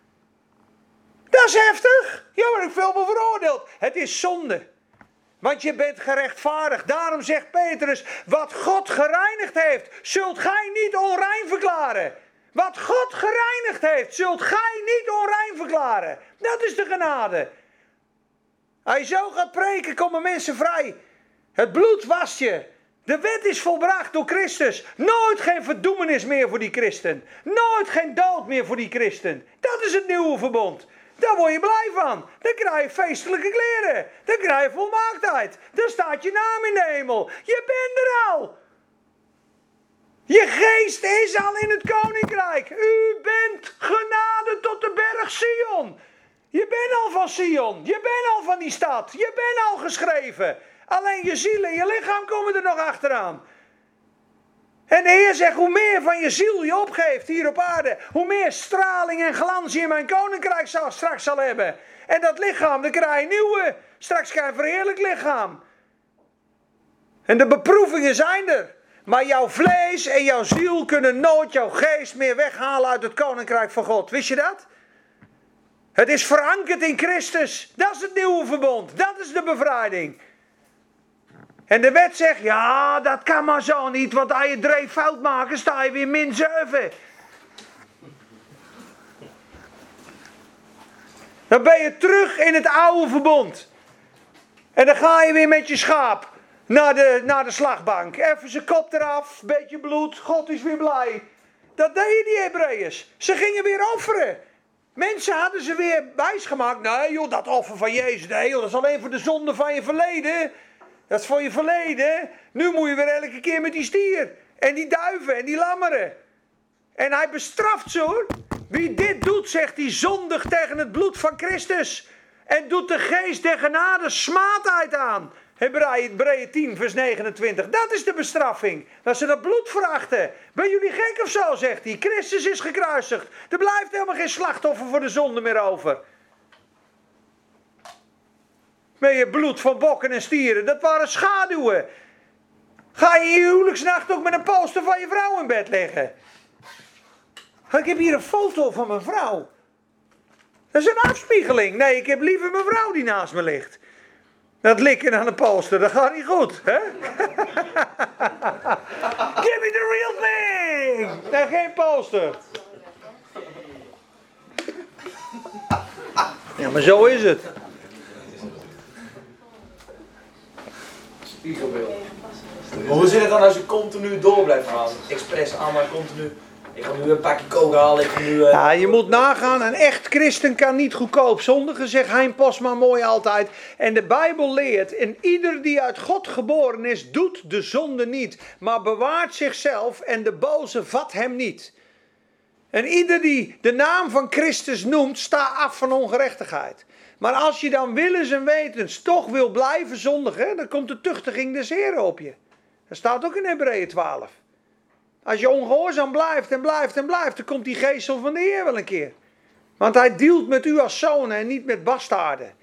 Dat is heftig. Ja, maar ik voel me veroordeeld. Het is zonde. Want je bent gerechtvaardigd. Daarom zegt Petrus, wat God gereinigd heeft, zult gij niet onrein verklaren. Wat God gereinigd heeft, zult gij niet onrein verklaren. Dat is de genade. Als je zo gaat preken, komen mensen vrij. Het bloed wast je. De wet is volbracht door Christus. Nooit geen verdoemenis meer voor die christen. Nooit geen dood meer voor die christen. Dat is het nieuwe verbond. Daar word je blij van. Dan krijg je feestelijke kleren. Dan krijg je volmaaktheid. Dan staat je naam in de hemel. Je bent er al. Je geest is al in het koninkrijk. U bent genade tot de berg Sion. Je bent al van Sion. Je bent al van die stad. Je bent al geschreven. Alleen je ziel en je lichaam komen er nog achteraan. En de Heer zegt, hoe meer van je ziel je opgeeft hier op aarde, hoe meer straling en glans je in mijn koninkrijk straks zal hebben. En dat lichaam, dan krijg je nieuwe. Straks krijg je een verheerlijk lichaam. En de beproevingen zijn er. Maar jouw vlees en jouw ziel kunnen nooit jouw geest meer weghalen uit het koninkrijk van God. Wist je dat? Het is verankerd in Christus. Dat is het nieuwe verbond. Dat is de bevrijding. En de wet zegt, ja, dat kan maar zo niet, want als je 3 fout maakt, sta je weer min 7. Dan ben je terug in het oude verbond. En dan ga je weer met je schaap naar de slagbank. Even zijn kop eraf, beetje bloed, God is weer blij. Dat deden die Hebreeërs. Ze gingen weer offeren. Mensen hadden ze weer wijsgemaakt. Nee joh, dat offer van Jezus, nee joh, dat is alleen voor de zonde van je verleden. Dat is voor je verleden. Nu moet je weer elke keer met die stier. En die duiven en die lammeren. En hij bestraft ze hoor. Wie dit doet, zegt hij, zondigt tegen het bloed van Christus. En doet de geest der genade smaadheid aan. Hebreeën 10 vers 29. Dat is de bestraffing. Dat ze dat bloed verachten. Ben jullie gek of zo, zegt hij. Christus is gekruisigd. Er blijft helemaal geen slachtoffer voor de zonde meer over. Met je bloed van bokken en stieren. Dat waren schaduwen. Ga je in je huwelijksnacht ook met een poster van je vrouw in bed liggen? Ik heb hier een foto van mijn vrouw. Dat is een afspiegeling. Nee, ik heb liever mijn vrouw die naast me ligt. Dat likken aan een poster, dat gaat niet goed. Hè? Give me the real thing. Nee, geen poster. Ja, maar zo is het. Maar hoe zit het dan als je continu door blijft gaan? Expres aan, maar continu. Ik ga nu een pakje kook halen. Ja, je moet nagaan. Een echt christen kan niet goedkoop zondigen, zegt Hein Posma mooi altijd. En de Bijbel leert. En ieder die uit God geboren is, doet de zonde niet. Maar bewaart zichzelf en de boze vat hem niet. En ieder die de naam van Christus noemt, sta af van ongerechtigheid. Maar als je dan willens en wetens toch wil blijven zondigen, dan komt de tuchtiging des Heren op je. Dat staat ook in Hebreeën 12. Als je ongehoorzaam blijft en blijft en blijft, dan komt die geestel van de Heer wel een keer. Want hij dealt met u als zonen en niet met bastaarden.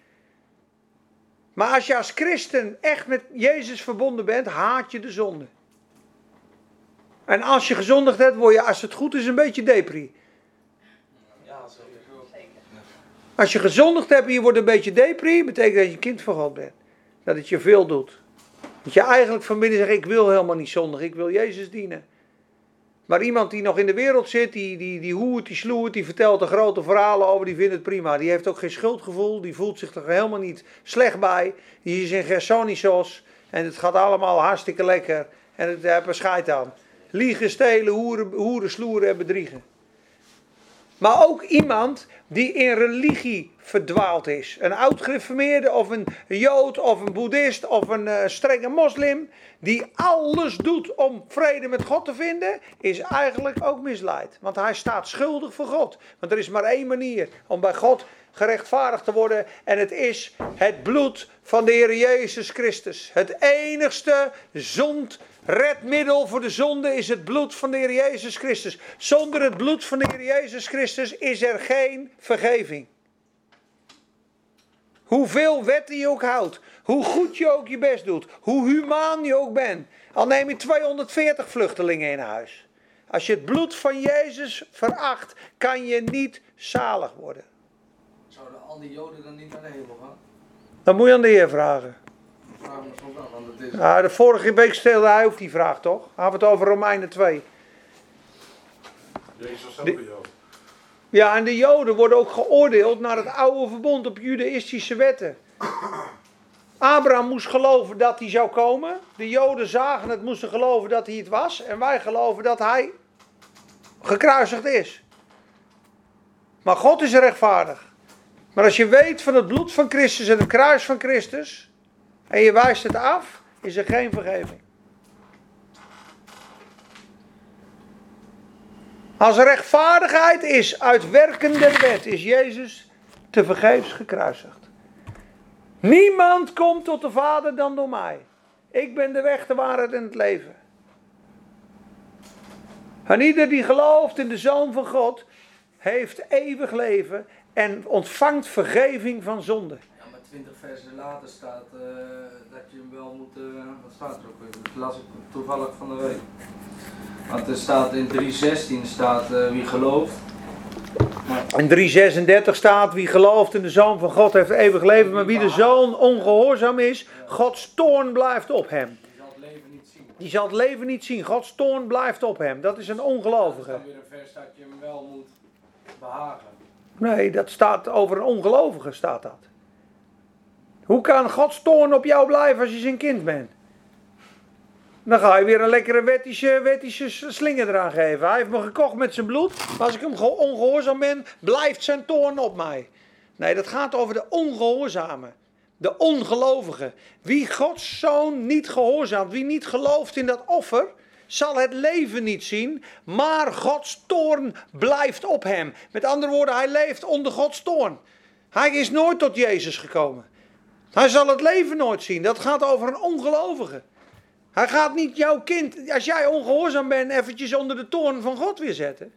Maar als je als christen echt met Jezus verbonden bent, haat je de zonde. En als je gezondigd hebt, word je, als het goed is, een beetje depri. Ja, sowieso. Als je gezondigd hebt en je wordt een beetje depri, betekent dat je kind van God bent. Dat het je veel doet. Dat je eigenlijk van binnen zegt, ik wil helemaal niet zondigen, ik wil Jezus dienen. Maar iemand die nog in de wereld zit, die hoert, die sloert, die vertelt er grote verhalen over, die vindt het prima. Die heeft ook geen schuldgevoel, die voelt zich er helemaal niet slecht bij. Die is in Gersonisos en het gaat allemaal hartstikke lekker. En het heeft er scheid aan. Liegen, stelen, hoeren, sloeren en bedriegen. Maar ook iemand die in religie verdwaald is. Een oud-gereformeerde of een jood of een boeddhist of een strenge moslim. Die alles doet om vrede met God te vinden. Is eigenlijk ook misleid. Want hij staat schuldig voor God. Want er is maar één manier om bij God gerechtvaardigd te worden. En het is het bloed van de Heer Jezus Christus. Het enigste redmiddel voor de zonde is het bloed van de Heer Jezus Christus. Zonder het bloed van de Heer Jezus Christus is er geen vergeving. Hoeveel wetten je ook houdt, hoe goed je ook je best doet, hoe humaan je ook bent. Al neem je 240 vluchtelingen in huis. Als je het bloed van Jezus veracht, kan je niet zalig worden. Zouden al die Joden dan niet naar de hemel gaan? Dan moet je aan de Heer vragen. Ik vraag me soms af, want het is... Ja, de vorige week stelde hij ook die vraag, toch? Hij had het over Romeinen 2. Jezus was ook een Jood. Ja, en de Joden worden ook geoordeeld naar het oude verbond op judaïstische wetten. Abraham moest geloven dat hij zou komen. De Joden zagen het, moesten geloven dat hij het was. En wij geloven dat hij gekruisigd is. Maar God is rechtvaardig. Maar als je weet van het bloed van Christus en het kruis van Christus, en je wijst het af, is er geen vergeving. Als rechtvaardigheid is uit werken der wet, is Jezus tevergeefs gekruisigd. Niemand komt tot de Vader dan door mij. Ik ben de weg, de waarheid en het leven. En ieder die gelooft in de Zoon van God, heeft eeuwig leven en ontvangt vergeving van zonde. Ja, maar 20 versen later staat dat je hem wel moet... wat staat er ook weer? Dat las ik toevallig van de week. Want er staat in 3:16 staat wie gelooft. Maar... In 3:36 staat wie gelooft in de Zoon van God heeft eeuwig leven. Maar wie de Zoon ongehoorzaam is, Gods toorn blijft op hem. Die zal het leven niet zien. Die zal het leven niet zien. Gods toorn blijft op hem. Dat is een ongelovige. Er staat weer een vers dat je hem wel moet behagen. Nee, dat staat over een ongelovige staat dat. Hoe kan Gods toorn op jou blijven als je zijn kind bent? Dan ga je weer een lekkere wettische slinger eraan geven. Hij heeft me gekocht met zijn bloed. Maar als ik hem ongehoorzaam ben, blijft zijn toorn op mij. Nee, dat gaat over de ongehoorzame. De ongelovige. Wie Gods Zoon niet gehoorzaamt, wie niet gelooft in dat offer, zal het leven niet zien, maar Gods toorn blijft op hem. Met andere woorden, hij leeft onder Gods toorn. Hij is nooit tot Jezus gekomen. Hij zal het leven nooit zien. Dat gaat over een ongelovige. Hij gaat niet jouw kind, als jij ongehoorzaam bent, eventjes onder de toorn van God weer zetten.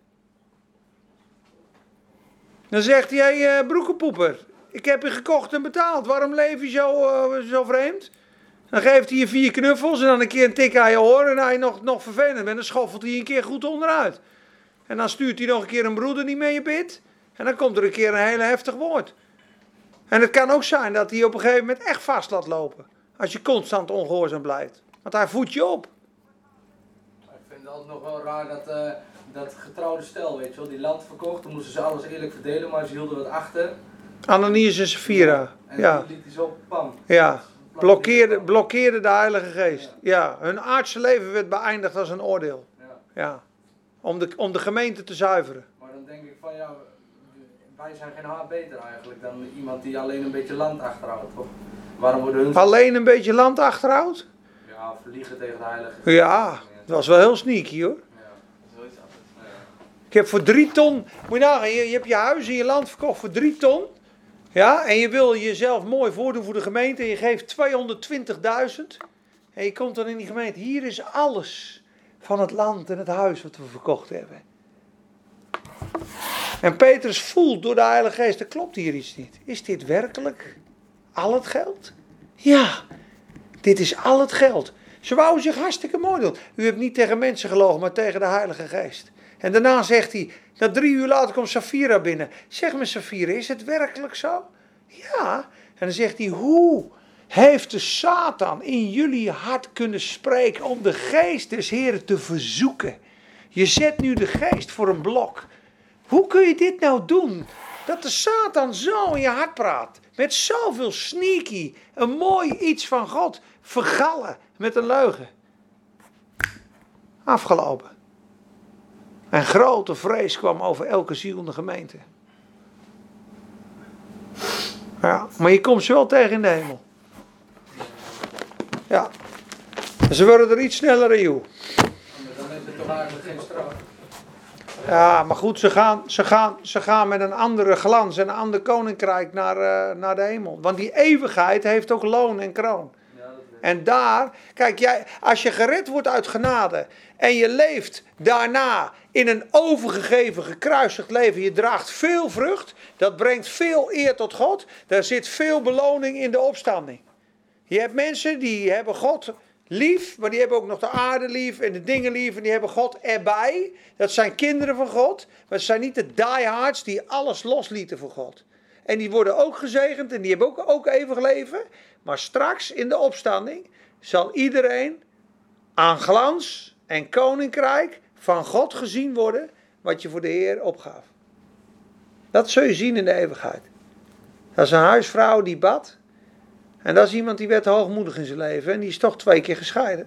Dan zegt hij, broekenpoeper, ik heb je gekocht en betaald. Waarom leef je zo vreemd? Dan geeft hij je 4 knuffels en dan een keer een tik aan je oor. En als je nog vervelend bent, dan schoffelt hij je een keer goed onderuit. En dan stuurt hij nog een keer een broeder die met je bidt. En dan komt er een keer een heel heftig woord. En het kan ook zijn dat hij op een gegeven moment echt vast laat lopen. Als je constant ongehoorzaam blijft. Want hij voedt je op. Ik vind het altijd nog wel raar dat getrouwde stel, weet je wel, die land verkocht. Dan moesten ze alles eerlijk verdelen, maar ze hielden wat achter. Ananias en Sapphira. En Ja. die liet hij zo pam. Ja. Blokkeerde de Heilige Geest. Ja. Hun aardse leven werd beëindigd als een oordeel. Ja. Ja. Om de gemeente te zuiveren. Maar dan denk ik van ja, wij zijn geen haar beter eigenlijk dan iemand die alleen een beetje land achterhoudt. Toch? Waarom worden hun... Alleen een beetje land achterhoudt? Ja, verliegen tegen de Heilige Geest. Ja, dat was wel heel sneaky hoor. Ja, zoiets altijd. Ja. Ik heb voor 3 ton, moet je nagaan, je hebt je huis en je land verkocht voor 3 ton. Ja, en je wil jezelf mooi voordoen voor de gemeente en je geeft 220.000. En je komt dan in die gemeente, hier is alles van het land en het huis wat we verkocht hebben. En Petrus voelt door de Heilige Geest, er klopt hier iets niet. Is dit werkelijk al het geld? Ja, dit is al het geld. Ze wouden zich hartstikke mooi doen. U hebt niet tegen mensen gelogen, maar tegen de Heilige Geest. En daarna zegt hij, 3 uur later komt Safira binnen. Zeg me Safira, is het werkelijk zo? Ja. En dan zegt hij, hoe heeft de Satan in jullie hart kunnen spreken om de geest des Heren te verzoeken? Je zet nu de geest voor een blok. Hoe kun je dit nou doen? Dat de Satan zo in je hart praat. Met zoveel sneaky, een mooi iets van God vergallen met een leugen. Afgelopen. En grote vrees kwam over elke ziel in de gemeente. Ja, maar je komt ze wel tegen in de hemel. Ja. Ze worden er iets sneller dan jou. Dan is het toch eigenlijk geen straf. Ja, maar goed, ze gaan met een andere glans en een ander koninkrijk naar de hemel. Want die eeuwigheid heeft ook loon en kroon. En daar, kijk, als je gered wordt uit genade en je leeft daarna in een overgegeven, gekruisigd leven, je draagt veel vrucht, dat brengt veel eer tot God, daar zit veel beloning in de opstanding. Je hebt mensen die hebben God lief, maar die hebben ook nog de aarde lief en de dingen lief en die hebben God erbij. Dat zijn kinderen van God, maar het zijn niet de diehards die alles loslieten voor God. En die worden ook gezegend en die hebben ook eeuwig leven. Maar straks in de opstanding zal iedereen aan glans en koninkrijk van God gezien worden wat je voor de Heer opgaf. Dat zul je zien in de eeuwigheid. Dat is een huisvrouw die bad. En dat is iemand die werd hoogmoedig in zijn leven en die is toch 2 keer gescheiden.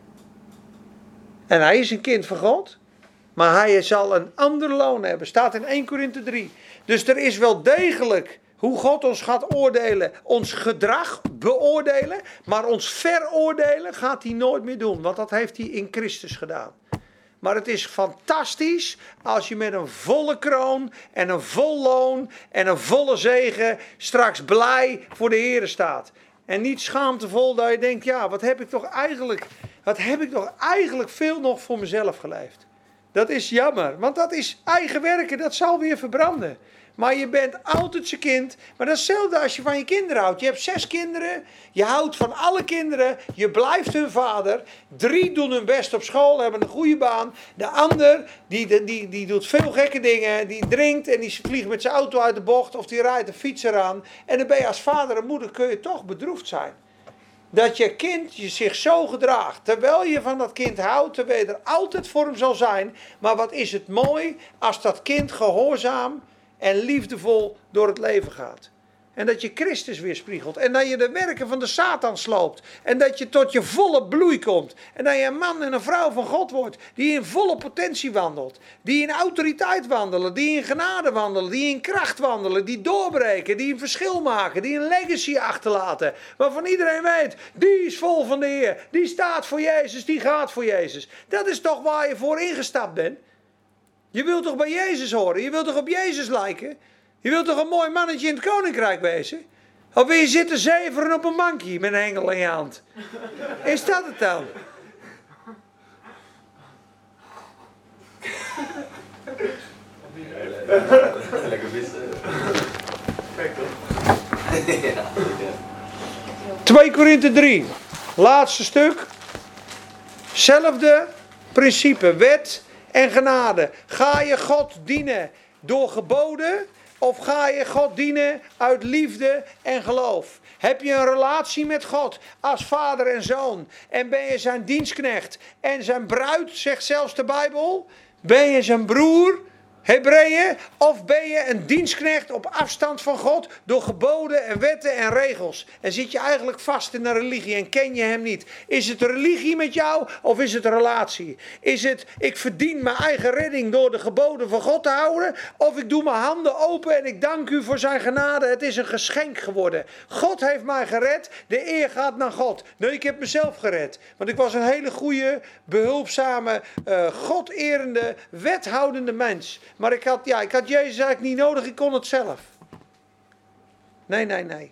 En hij is een kind van God. Maar hij zal een ander loon hebben. Staat in 1 Korinthe 3. Dus er is wel degelijk hoe God ons gaat oordelen. Ons gedrag beoordelen. Maar ons veroordelen gaat hij nooit meer doen. Want dat heeft hij in Christus gedaan. Maar het is fantastisch als je met een volle kroon en een vol loon en een volle zegen straks blij voor de Heer staat. En niet schaamtevol dat je denkt, ja, wat heb ik toch eigenlijk veel nog voor mezelf geleefd. Dat is jammer, want dat is eigen werken, dat zal weer verbranden. Maar je bent altijd zijn kind. Maar dat is hetzelfde als je van je kinderen houdt. Je hebt 6 kinderen. Je houdt van alle kinderen. Je blijft hun vader. 3 doen hun best op school. Hebben een goede baan. De ander die doet veel gekke dingen. Die drinkt en die vliegt met zijn auto uit de bocht. Of die rijdt een fiets eraan. En dan ben je als vader en moeder kun je toch bedroefd zijn. Dat je kind zich zo gedraagt. Terwijl je van dat kind houdt. Terwijl je er altijd voor hem zal zijn. Maar wat is het mooi als dat kind gehoorzaam en liefdevol door het leven gaat. En dat je Christus weerspiegelt. En dat je de werken van de Satan sloopt. En dat je tot je volle bloei komt. En dat je een man en een vrouw van God wordt. Die in volle potentie wandelt. Die in autoriteit wandelen. Die in genade wandelen. Die in kracht wandelen. Die doorbreken. Die een verschil maken. Die een legacy achterlaten. Waarvan iedereen weet. Die is vol van de Heer. Die staat voor Jezus. Die gaat voor Jezus. Dat is toch waar je voor ingestapt bent. Je wilt toch bij Jezus horen? Je wilt toch op Jezus lijken? Je wilt toch een mooi mannetje in het koninkrijk wezen? Of wil je zitten zeveren op een bankje met een hengel in je hand? Is dat het dan? Lekker vissen. Kijk toch? 2 Korinthe 3. Laatste stuk. Zelfde principe. Wet en genade. Ga je God dienen door geboden? Of ga je God dienen uit liefde en geloof? Heb je een relatie met God als vader en zoon? En ben je zijn dienstknecht en zijn bruid, zegt zelfs de Bijbel? Ben je zijn broer, Hebreeën? Of ben je een dienstknecht op afstand van God door geboden en wetten en regels? En zit je eigenlijk vast in een religie en ken je hem niet? Is het religie met jou of is het relatie? Is het, ik verdien mijn eigen redding door de geboden van God te houden? Of ik doe mijn handen open en ik dank u voor zijn genade. Het is een geschenk geworden. God heeft mij gered. De eer gaat naar God. Nee, ik heb mezelf gered. Want ik was een hele goede, behulpzame, God-erende, wethoudende mens. Maar ik had Jezus eigenlijk niet nodig, ik kon het zelf. Nee.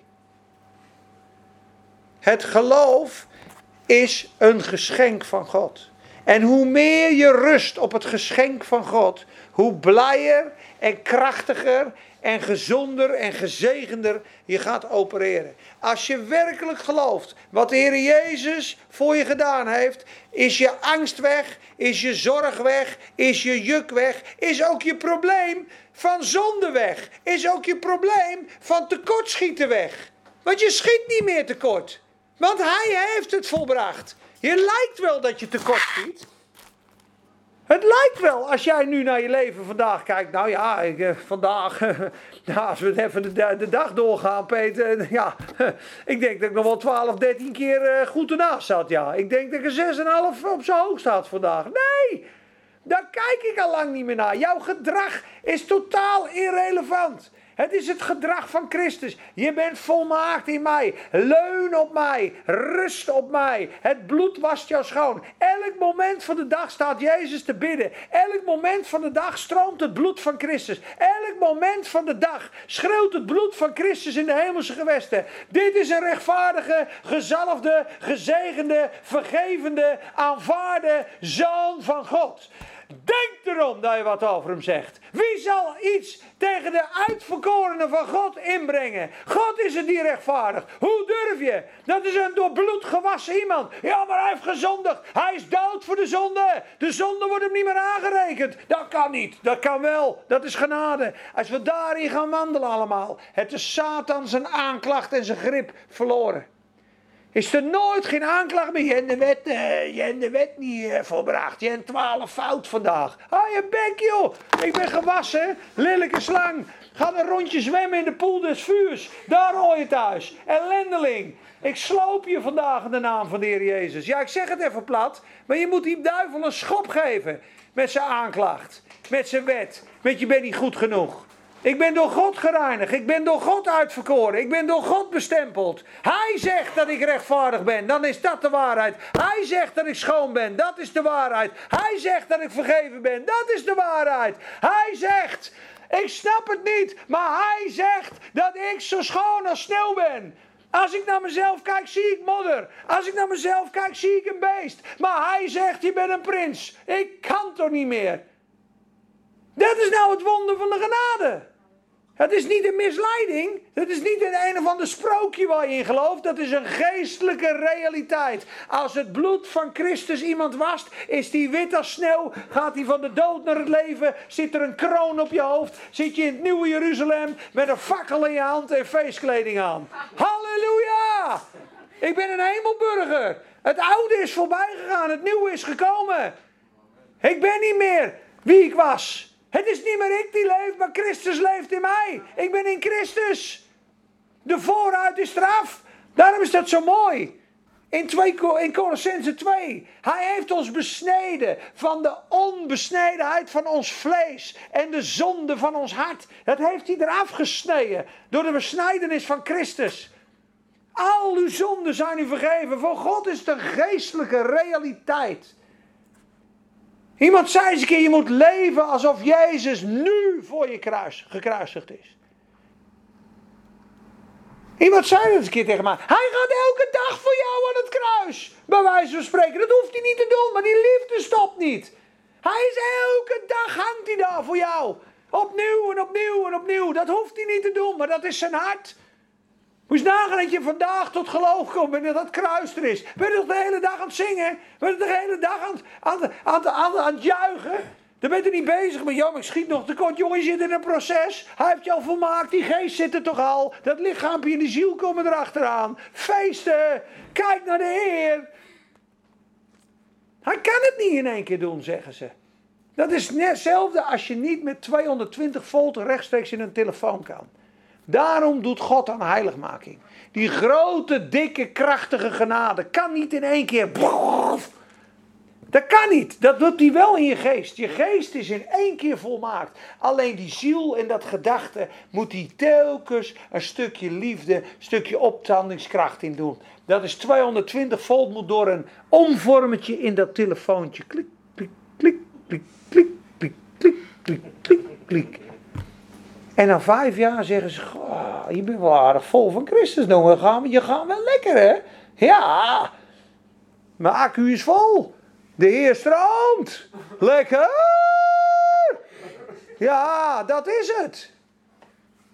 Het geloof is een geschenk van God. En hoe meer je rust op het geschenk van God, hoe blijer en krachtiger en gezonder en gezegender je gaat opereren. Als je werkelijk gelooft wat de Heer Jezus voor je gedaan heeft, is je angst weg, is je zorg weg, is je juk weg, is ook je probleem van zonde weg, is ook je probleem van tekortschieten weg. Want je schiet niet meer tekort, want Hij heeft het volbracht. Je lijkt wel dat je tekort schiet. Het lijkt wel, als jij nu naar je leven vandaag kijkt. Nou ja, vandaag, als we even de dag doorgaan, Peter. Ja, ik denk dat ik nog wel 12, 13 keer goed ernaast zat. Ja, ik denk dat ik een 6,5 op zijn hoogst had vandaag. Nee, daar kijk ik al lang niet meer naar. Jouw gedrag is totaal irrelevant. Het is het gedrag van Christus. Je bent volmaakt in mij. Leun op mij. Rust op mij. Het bloed wast jou schoon. Elk moment van de dag staat Jezus te bidden. Elk moment van de dag stroomt het bloed van Christus. Elk moment van de dag schreeuwt het bloed van Christus in de hemelse gewesten. Dit is een rechtvaardige, gezalfde, gezegende, vergevende, aanvaarde Zoon van God. Denk erom dat je wat over hem zegt. Wie zal iets tegen de uitverkorenen van God inbrengen? God is het die rechtvaardig. Hoe durf je? Dat is een door bloed gewassen iemand. Ja, maar hij heeft gezondigd. Hij is dood voor de zonde. De zonde wordt hem niet meer aangerekend. Dat kan niet. Dat kan wel. Dat is genade. Als we daarin gaan wandelen allemaal. Het is Satan zijn aanklacht en zijn grip verloren. Is er nooit geen aanklacht meer. Je hebt de wet niet volbracht. Je hebt 12 fout vandaag. Hou je bek, joh. Ik ben gewassen. Lelijke slang. Ga een rondje zwemmen in de poel des vuurs. Daar hoor je thuis. Ellendeling. Ik sloop je vandaag in de naam van de Heer Jezus. Ja, ik zeg het even plat. Maar je moet die duivel een schop geven. Met zijn aanklacht. Met zijn wet. Met je bent niet goed genoeg. Ik ben door God gereinigd. Ik ben door God uitverkoren. Ik ben door God bestempeld. Hij zegt dat ik rechtvaardig ben. Dan is dat de waarheid. Hij zegt dat ik schoon ben. Dat is de waarheid. Hij zegt dat ik vergeven ben. Dat is de waarheid. Hij zegt, ik snap het niet. Maar hij zegt dat ik zo schoon als sneeuw ben. Als ik naar mezelf kijk, zie ik modder. Als ik naar mezelf kijk, zie ik een beest. Maar hij zegt, je bent een prins. Ik kan toch niet meer. Dat is nou het wonder van de genade. Het is niet een misleiding. Het is niet een of ander sprookje waar je in gelooft. Dat is een geestelijke realiteit. Als het bloed van Christus iemand wast, is die wit als sneeuw. Gaat hij van de dood naar het leven. Zit er een kroon op je hoofd. Zit je in het nieuwe Jeruzalem met een fakkel in je hand en feestkleding aan. Halleluja! Ik ben een hemelburger. Het oude is voorbij gegaan. Het nieuwe is gekomen. Ik ben niet meer wie ik was. Het is niet meer ik die leeft, maar Christus leeft in mij. Ik ben in Christus. De vooruit is eraf. Daarom is dat zo mooi. In Colossense 2. Hij heeft ons besneden van de onbesnedenheid van ons vlees. En de zonde van ons hart. Dat heeft hij eraf gesneden. Door de besnijdenis van Christus. Al uw zonden zijn u vergeven. Voor God is het een geestelijke realiteit. Iemand zei eens een keer, je moet leven alsof Jezus nu voor je gekruisigd is. Iemand zei dat eens een keer tegen mij. Hij gaat elke dag voor jou aan het kruis. Bij wijze van spreken. Dat hoeft hij niet te doen, maar die liefde stopt niet. Hij is elke dag hangt hij daar voor jou. Opnieuw en opnieuw en opnieuw. Dat hoeft hij niet te doen, maar dat is zijn hart. Moet je nagaan dat je vandaag tot geloof komt en dat dat kruis er is. Ben je toch de hele dag aan het zingen? Ben je de hele dag aan het juichen? Dan ben je niet bezig met, joh, maar ik schiet nog tekort. Jongen, je zit in een proces. Hij heeft je al volmaakt. Die geest zit er toch al. Dat lichaampje en die ziel komen erachteraan. Feesten. Kijk naar de Heer. Hij kan het niet in één keer doen, zeggen ze. Dat is net hetzelfde als je niet met 220 volt rechtstreeks in een telefoon kan. Daarom doet God aan heiligmaking. Die grote, dikke, krachtige genade kan niet in één keer. Dat kan niet. Dat doet hij wel in je geest. Je geest is in één keer volmaakt. Alleen die ziel en dat gedachte moet hij telkens een stukje liefde, een stukje optandingskracht in doen. Dat is 220 volt moet door een omvormetje in dat telefoontje. Klik, klik, klik, klik, klik, klik, klik, klik, klik, klik. En na 5 jaar zeggen ze, oh, je bent wel aardig vol van Christus. Nou, je gaat wel lekker, hè? Ja, mijn accu is vol. De Heer stroomt. Lekker. Ja, dat is het.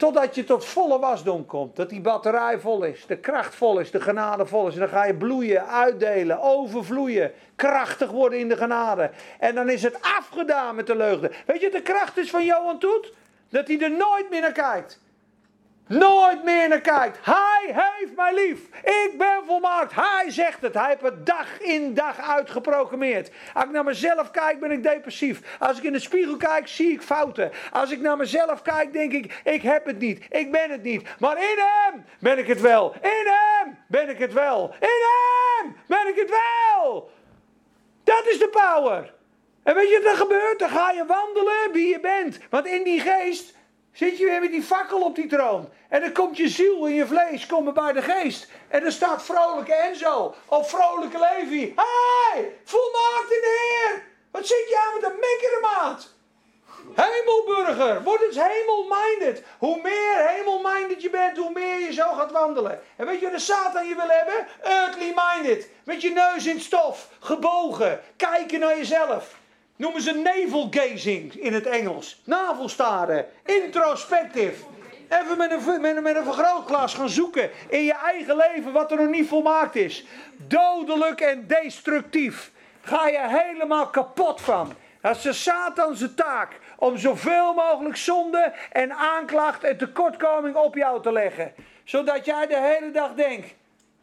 Totdat je tot volle wasdom komt. Dat die batterij vol is, de kracht vol is, de genade vol is. En dan ga je bloeien, uitdelen, overvloeien. Krachtig worden in de genade. En dan is het afgedaan met de leugen. Weet je, de kracht is van Johan Toet? Dat hij er nooit meer naar kijkt. Nooit meer naar kijkt. Hij heeft mij lief. Ik ben volmaakt. Hij zegt het. Hij heeft het dag in dag uit geprogrammeerd. Als ik naar mezelf kijk, ben ik depressief. Als ik in de spiegel kijk, zie ik fouten. Als ik naar mezelf kijk, denk ik heb het niet. Ik ben het niet. Maar in hem ben ik het wel. In hem ben ik het wel. In hem ben ik het wel. Dat is de power. En weet je wat er gebeurt? Dan ga je wandelen wie je bent. Want in die geest zit je weer met die fakkel op die troon. En dan komt je ziel en je vlees komen bij de geest. En dan staat vrolijke Enzo. Of vrolijke Levi. Hey, volmaakt in de Heer. Wat zit je aan met een mikkermaat? Hemelburger. Word eens hemelminded. Hoe meer hemelminded je bent, hoe meer je zo gaat wandelen. En weet je wat de Satan je wil hebben? Earthly minded. Met je neus in het stof. Gebogen. Kijken naar jezelf. Noemen ze navel gazing in het Engels. Navelstaren. Introspectief. Even met een vergrootglas gaan zoeken in je eigen leven wat er nog niet volmaakt is. Dodelijk en destructief. Ga je helemaal kapot van. Dat is de Satanse taak. Om zoveel mogelijk zonde en aanklacht en tekortkoming op jou te leggen. Zodat jij de hele dag denkt.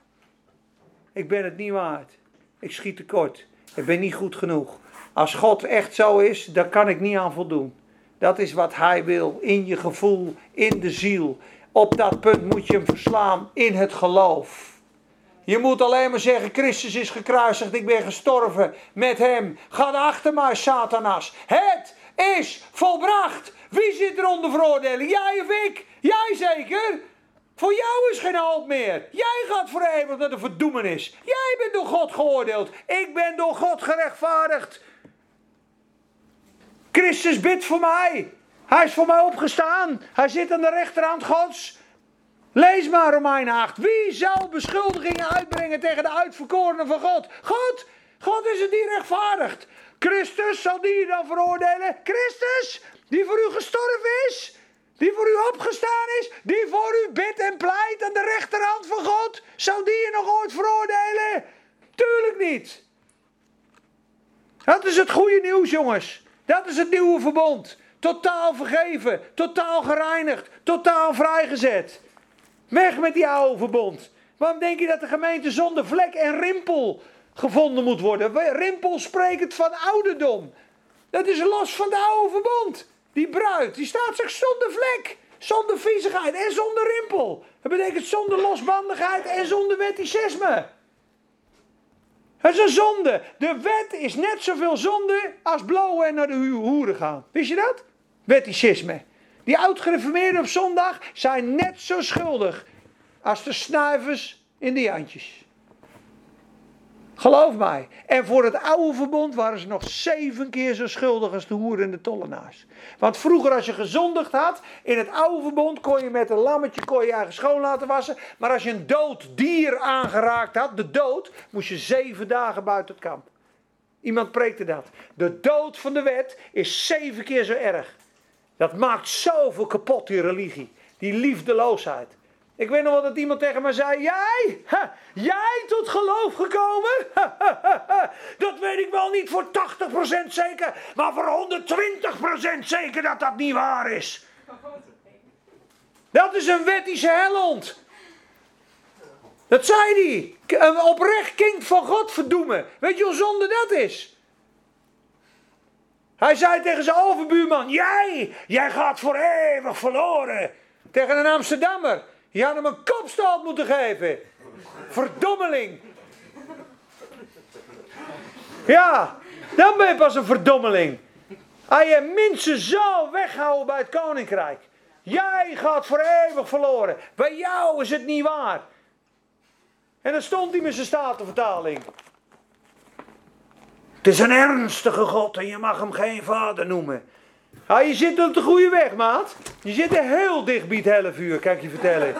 Ik ben het niet waard. Ik schiet tekort. Ik ben niet goed genoeg. Als God echt zo is, dan kan ik niet aan voldoen. Dat is wat hij wil. In je gevoel, in de ziel. Op dat punt moet je hem verslaan in het geloof. Je moet alleen maar zeggen, Christus is gekruisigd, ik ben gestorven met hem. Ga achter mij, Satanas. Het is volbracht. Wie zit er onder veroordeling? Jij of ik? Jij zeker? Voor jou is geen hoop meer. Jij gaat voor eeuwig naar de verdoemenis. Jij bent door God geoordeeld. Ik ben door God gerechtvaardigd. Christus bidt voor mij. Hij is voor mij opgestaan. Hij zit aan de rechterhand Gods. Lees maar Romeinen 8. Wie zal beschuldigingen uitbrengen tegen de uitverkorenen van God? God! God is het die rechtvaardigt. Christus, zal die je dan veroordelen? Christus, die voor u gestorven is? Die voor u opgestaan is? Die voor u bidt en pleit aan de rechterhand van God? Zou die je nog ooit veroordelen? Tuurlijk niet. Dat is het goede nieuws, jongens. Dat is het nieuwe verbond. Totaal vergeven, totaal gereinigd, totaal vrijgezet. Weg met die oude verbond. Waarom denk je dat de gemeente zonder vlek en rimpel gevonden moet worden? Rimpel spreekt van ouderdom. Dat is los van de oude verbond. Die bruid, die staat zich zonder vlek, zonder viezigheid en zonder rimpel. Dat betekent zonder losbandigheid en zonder wetticisme. Dat is een zonde. De wet is net zoveel zonde als blowen en naar de hoeren gaan. Wist je dat? Wetticisme. Die oud-gereformeerden op zondag zijn net zo schuldig als de snuivers in de Jantjes. Geloof mij. En voor het oude verbond waren ze nog 7 keer zo schuldig als de hoeren en de tollenaars. Want vroeger als je gezondigd had, in het oude verbond kon je met een lammetje je eigen schoon laten wassen. Maar als je een dood dier aangeraakt had, de dood, moest je 7 dagen buiten het kamp. Iemand preekte dat. De dood van de wet is 7 keer zo erg. Dat maakt zoveel kapot, die religie. Die liefdeloosheid. Ik weet nog wel dat iemand tegen me zei. Jij tot geloof gekomen? Dat weet ik wel niet voor 80% zeker. Maar voor 120% zeker dat dat niet waar is. Dat is een wettische hellend. Dat zei hij. Een oprecht kind van God verdoemen. Weet je hoe zonde dat is? Hij zei tegen zijn overbuurman. Jij gaat voor eeuwig verloren. Tegen een Amsterdammer. Je had hem een kopstoot moeten geven. Verdommeling. Ja, dan ben je pas een verdommeling. Als je mensen zo weghouden bij het koninkrijk. Jij gaat voor eeuwig verloren. Bij jou is het niet waar. En dan stond hij met zijn Statenvertaling. Het is een ernstige God en je mag hem geen vader noemen. Ja, je zit op de goede weg, maat. Je zit er heel dicht bij het helle vuur, kan ik je vertellen.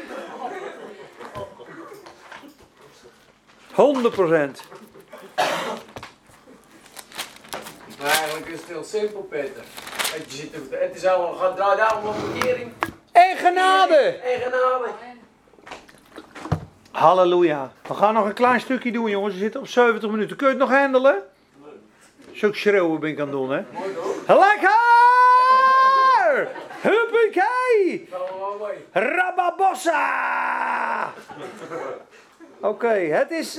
100%. Maar eigenlijk is het heel simpel, Peter. Het is allemaal, gaat draait allemaal om bekering. En genade. En genade. Halleluja. We gaan nog een klein stukje doen, jongens. We zitten op 70 minuten. Kun je het nog handelen? Zulk schreeuwen ben ik aan het doen, hè? Lekker! Huppakee! Rababossa! Oké, het is...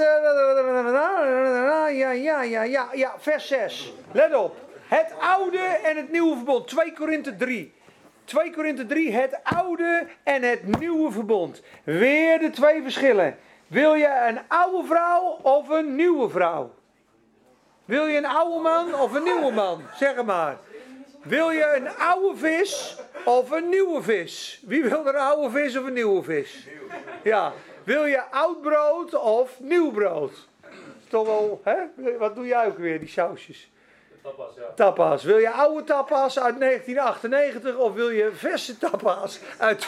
Ja, vers 6. Let op. Het oude en het nieuwe verbond. 2 Korinthe 3. 2 Korinthe 3, het oude en het nieuwe verbond. Weer de 2 verschillen. Wil je een oude vrouw of een nieuwe vrouw? Wil je een oude man of een nieuwe man? Zeg het maar. Wil je een oude vis of een nieuwe vis? Wie wil er een oude vis of een nieuwe vis? Ja. Wil je oud brood of nieuw brood? Toch wel, hè? Wat doe jij ook weer, die sausjes? Tapas, ja. Tapas. Wil je oude tapas uit 1998 of wil je verse tapas uit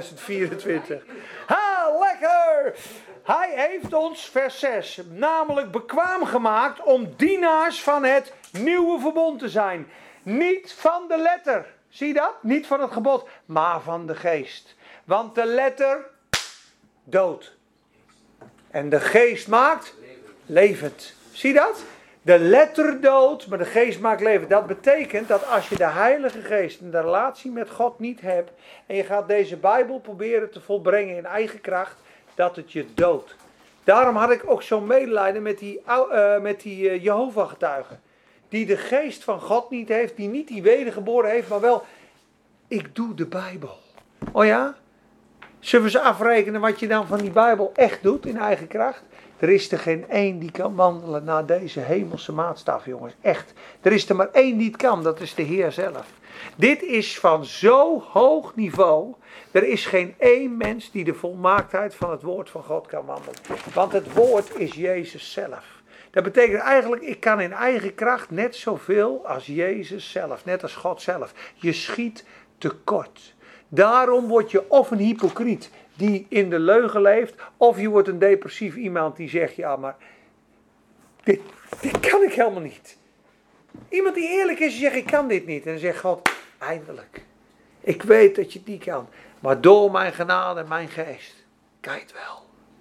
2024? Ha, lekker! Hij heeft ons, vers 6, namelijk bekwaam gemaakt om dienaars van het nieuwe verbond te zijn. Niet van de letter, zie je dat? Niet van het gebod, maar van de geest. Want de letter, dood. En de geest maakt levend. Zie je dat? De letter dood, maar de geest maakt leven. Dat betekent dat als je de Heilige Geest en de relatie met God niet hebt en je gaat deze Bijbel proberen te volbrengen in eigen kracht, dat het je doodt. Daarom had ik ook zo'n medelijden met die Jehovah-getuigen. Die de geest van God niet heeft, die niet die wedergeboren heeft, maar wel, ik doe de Bijbel. Oh ja? Zullen we eens afrekenen wat je dan van die Bijbel echt doet in eigen kracht? Er is er geen één die kan wandelen naar deze hemelse maatstaf, jongens. Echt. Er is er maar één die het kan, dat is de Heer zelf. Dit is van zo hoog niveau. Er is geen één mens die de volmaaktheid van het woord van God kan wandelen. Want het woord is Jezus zelf. Dat betekent eigenlijk, ik kan in eigen kracht net zoveel als Jezus zelf. Net als God zelf. Je schiet tekort. Daarom word je of een hypocriet die in de leugen leeft, of je wordt een depressief iemand die zegt, ja maar, dit kan ik helemaal niet. Iemand die eerlijk is en zegt, ik kan dit niet. En dan zegt God, eindelijk. Ik weet dat je het niet kan, maar door mijn genade en mijn geest, kan je het wel.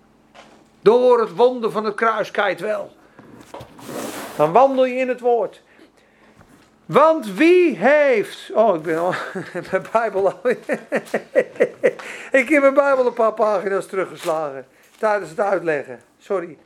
Door het wonder van het kruis, kan je het wel. Dan wandel je in het woord. Want wie heeft... Oh, ik ben al... Mijn Bijbel al... Ik heb mijn Bijbel een paar pagina's teruggeslagen. Tijdens het uitleggen. Sorry.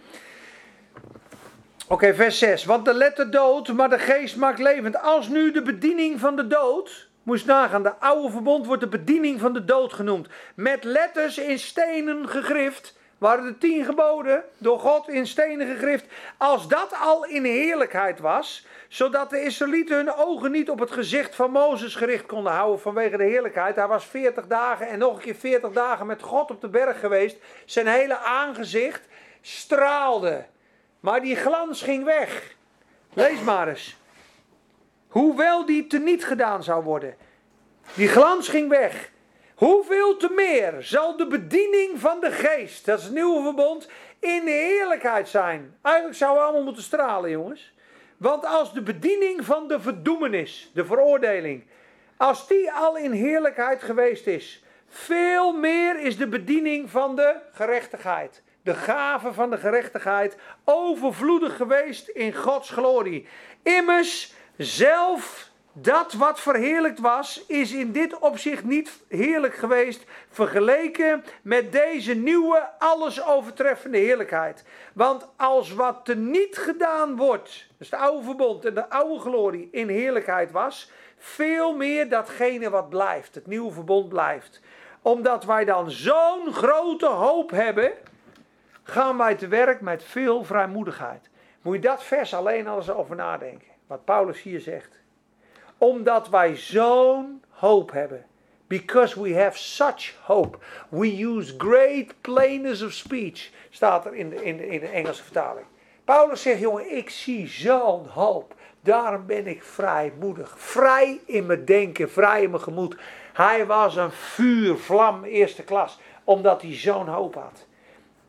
Oké, vers 6. Want de letter dood, maar de geest maakt levend. Als nu de bediening van de dood... Moest nagaan, de oude verbond wordt de bediening van de dood genoemd. Met letters in stenen gegrift... Waren de 10 geboden door God in stenen gegrift. Als dat al in heerlijkheid was, zodat de Israëlieten hun ogen niet op het gezicht van Mozes gericht konden houden vanwege de heerlijkheid. Hij was 40 dagen en nog een keer 40 dagen met God op de berg geweest. Zijn hele aangezicht straalde. Maar die glans ging weg. Lees maar eens. Hoewel die teniet gedaan zou worden. Die glans ging weg. Hoeveel te meer zal de bediening van de geest, dat is het nieuwe verbond, in de heerlijkheid zijn. Eigenlijk zouden we allemaal moeten stralen, jongens. Want als de bediening van de verdoemenis, de veroordeling, als die al in heerlijkheid geweest is, veel meer is de bediening van de gerechtigheid. De gave van de gerechtigheid overvloedig geweest in Gods glorie. Immers, zelf... Dat wat verheerlijkt was, is in dit opzicht niet heerlijk geweest, vergeleken met deze nieuwe, alles overtreffende heerlijkheid. Want als wat teniet gedaan wordt, dus het oude verbond en de oude glorie in heerlijkheid was, veel meer datgene wat blijft, het nieuwe verbond blijft. Omdat wij dan zo'n grote hoop hebben, gaan wij te werk met veel vrijmoedigheid. Moet je dat vers alleen al eens over nadenken, wat Paulus hier zegt. Omdat wij zo'n hoop hebben. Because we have such hope. We use great plainness of speech. Staat er in de Engelse vertaling. Paulus zegt, jongen, ik zie zo'n hoop. Daarom ben ik vrijmoedig. Vrij in mijn denken, vrij in mijn gemoed. Hij was een vuurvlam eerste klas. Omdat hij zo'n hoop had.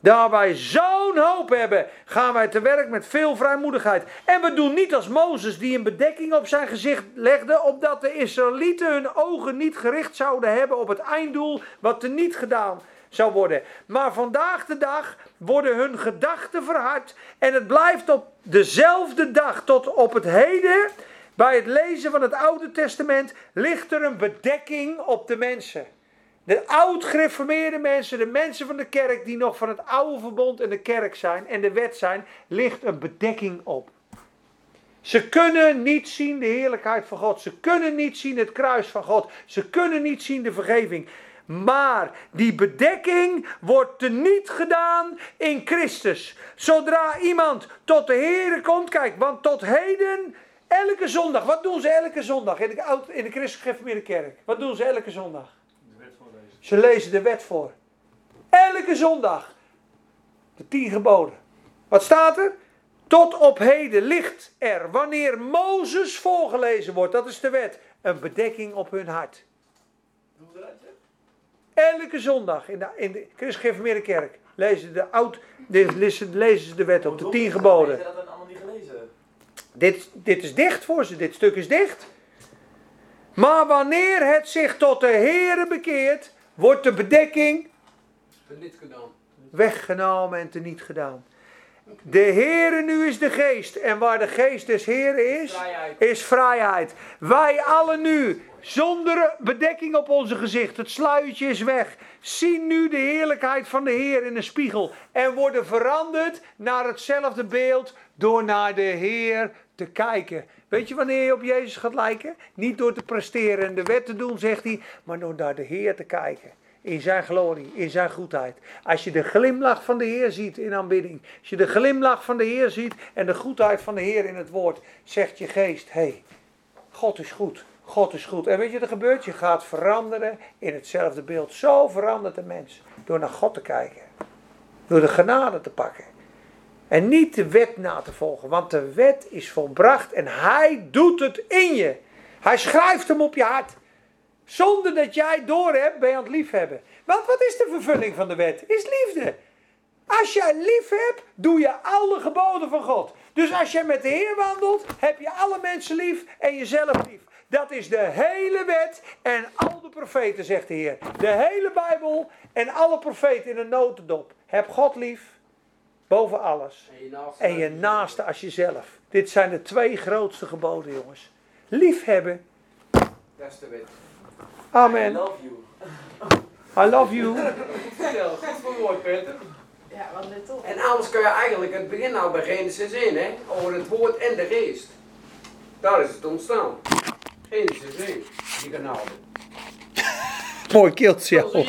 Daar wij zo'n hoop hebben, gaan wij te werk met veel vrijmoedigheid. En we doen niet als Mozes, die een bedekking op zijn gezicht legde, opdat de Israëlieten hun ogen niet gericht zouden hebben op het einddoel, wat teniet gedaan zou worden. Maar vandaag de dag worden hun gedachten verhard en het blijft op dezelfde dag tot op het heden. Bij het lezen van het Oude Testament ligt er een bedekking op de mensen. De oud-gereformeerde mensen, de mensen van de kerk die nog van het oude verbond en de kerk zijn en de wet zijn, ligt een bedekking op. Ze kunnen niet zien de heerlijkheid van God. Ze kunnen niet zien het kruis van God. Ze kunnen niet zien de vergeving. Maar die bedekking wordt teniet gedaan in Christus. Zodra iemand tot de Here komt, kijk, want tot heden, elke zondag, wat doen ze elke zondag in de christelijk gereformeerde kerk? Wat doen ze elke zondag? Ze lezen de wet voor. Elke zondag. De 10 geboden. Wat staat er? Tot op heden ligt er, wanneer Mozes voorgelezen wordt, dat is de wet, een bedekking op hun hart. Elke zondag in de christelijk gereformeerde kerk lezen ze de wet op, de 10 geboden. Ik heb dat allemaal niet gelezen. Dit is dicht voor ze, dit stuk is dicht. Maar wanneer het zich tot de Here bekeert, wordt de bedekking weggenomen en teniet gedaan. De Heere nu is de geest. En waar de geest des Heeren is, is vrijheid. Wij allen nu, zonder bedekking op onze gezicht, het sluiertje is weg, zien nu de heerlijkheid van de Heer in een spiegel. En worden veranderd naar hetzelfde beeld door naar de Heer te kijken. Weet je wanneer je op Jezus gaat lijken? Niet door te presteren en de wet te doen, zegt hij, maar door naar de Heer te kijken. In zijn glorie, in zijn goedheid. Als je de glimlach van de Heer ziet in aanbidding. Als je de glimlach van de Heer ziet en de goedheid van de Heer in het woord. Zegt je geest, hé, God is goed. God is goed. En weet je wat er gebeurt? Je gaat veranderen in hetzelfde beeld. Zo verandert de mens. Door naar God te kijken. Door de genade te pakken. En niet de wet na te volgen. Want de wet is volbracht en hij doet het in je. Hij schrijft hem op je hart. Zonder dat jij doorhebt, ben je aan het liefhebben. Want wat is de vervulling van de wet? Is liefde. Als jij lief hebt, doe je alle geboden van God. Dus als jij met de Heer wandelt, heb je alle mensen lief en jezelf lief. Dat is de hele wet en al de profeten, zegt de Heer. De hele Bijbel en alle profeten in een notendop. Heb God lief, boven alles. En je naaste als jezelf. Dit zijn de 2 grootste geboden, jongens. Liefhebben. Dat is de wet. Amen. I love you. I love you. Goed verwoord, Peter. Ja, wat net toch. En anders kun je eigenlijk het begin al bij Genesis in, hè? Over het woord en de geest. Daar is het ontstaan. Genesis 1, die genade. Mooi keeltje. Zo zie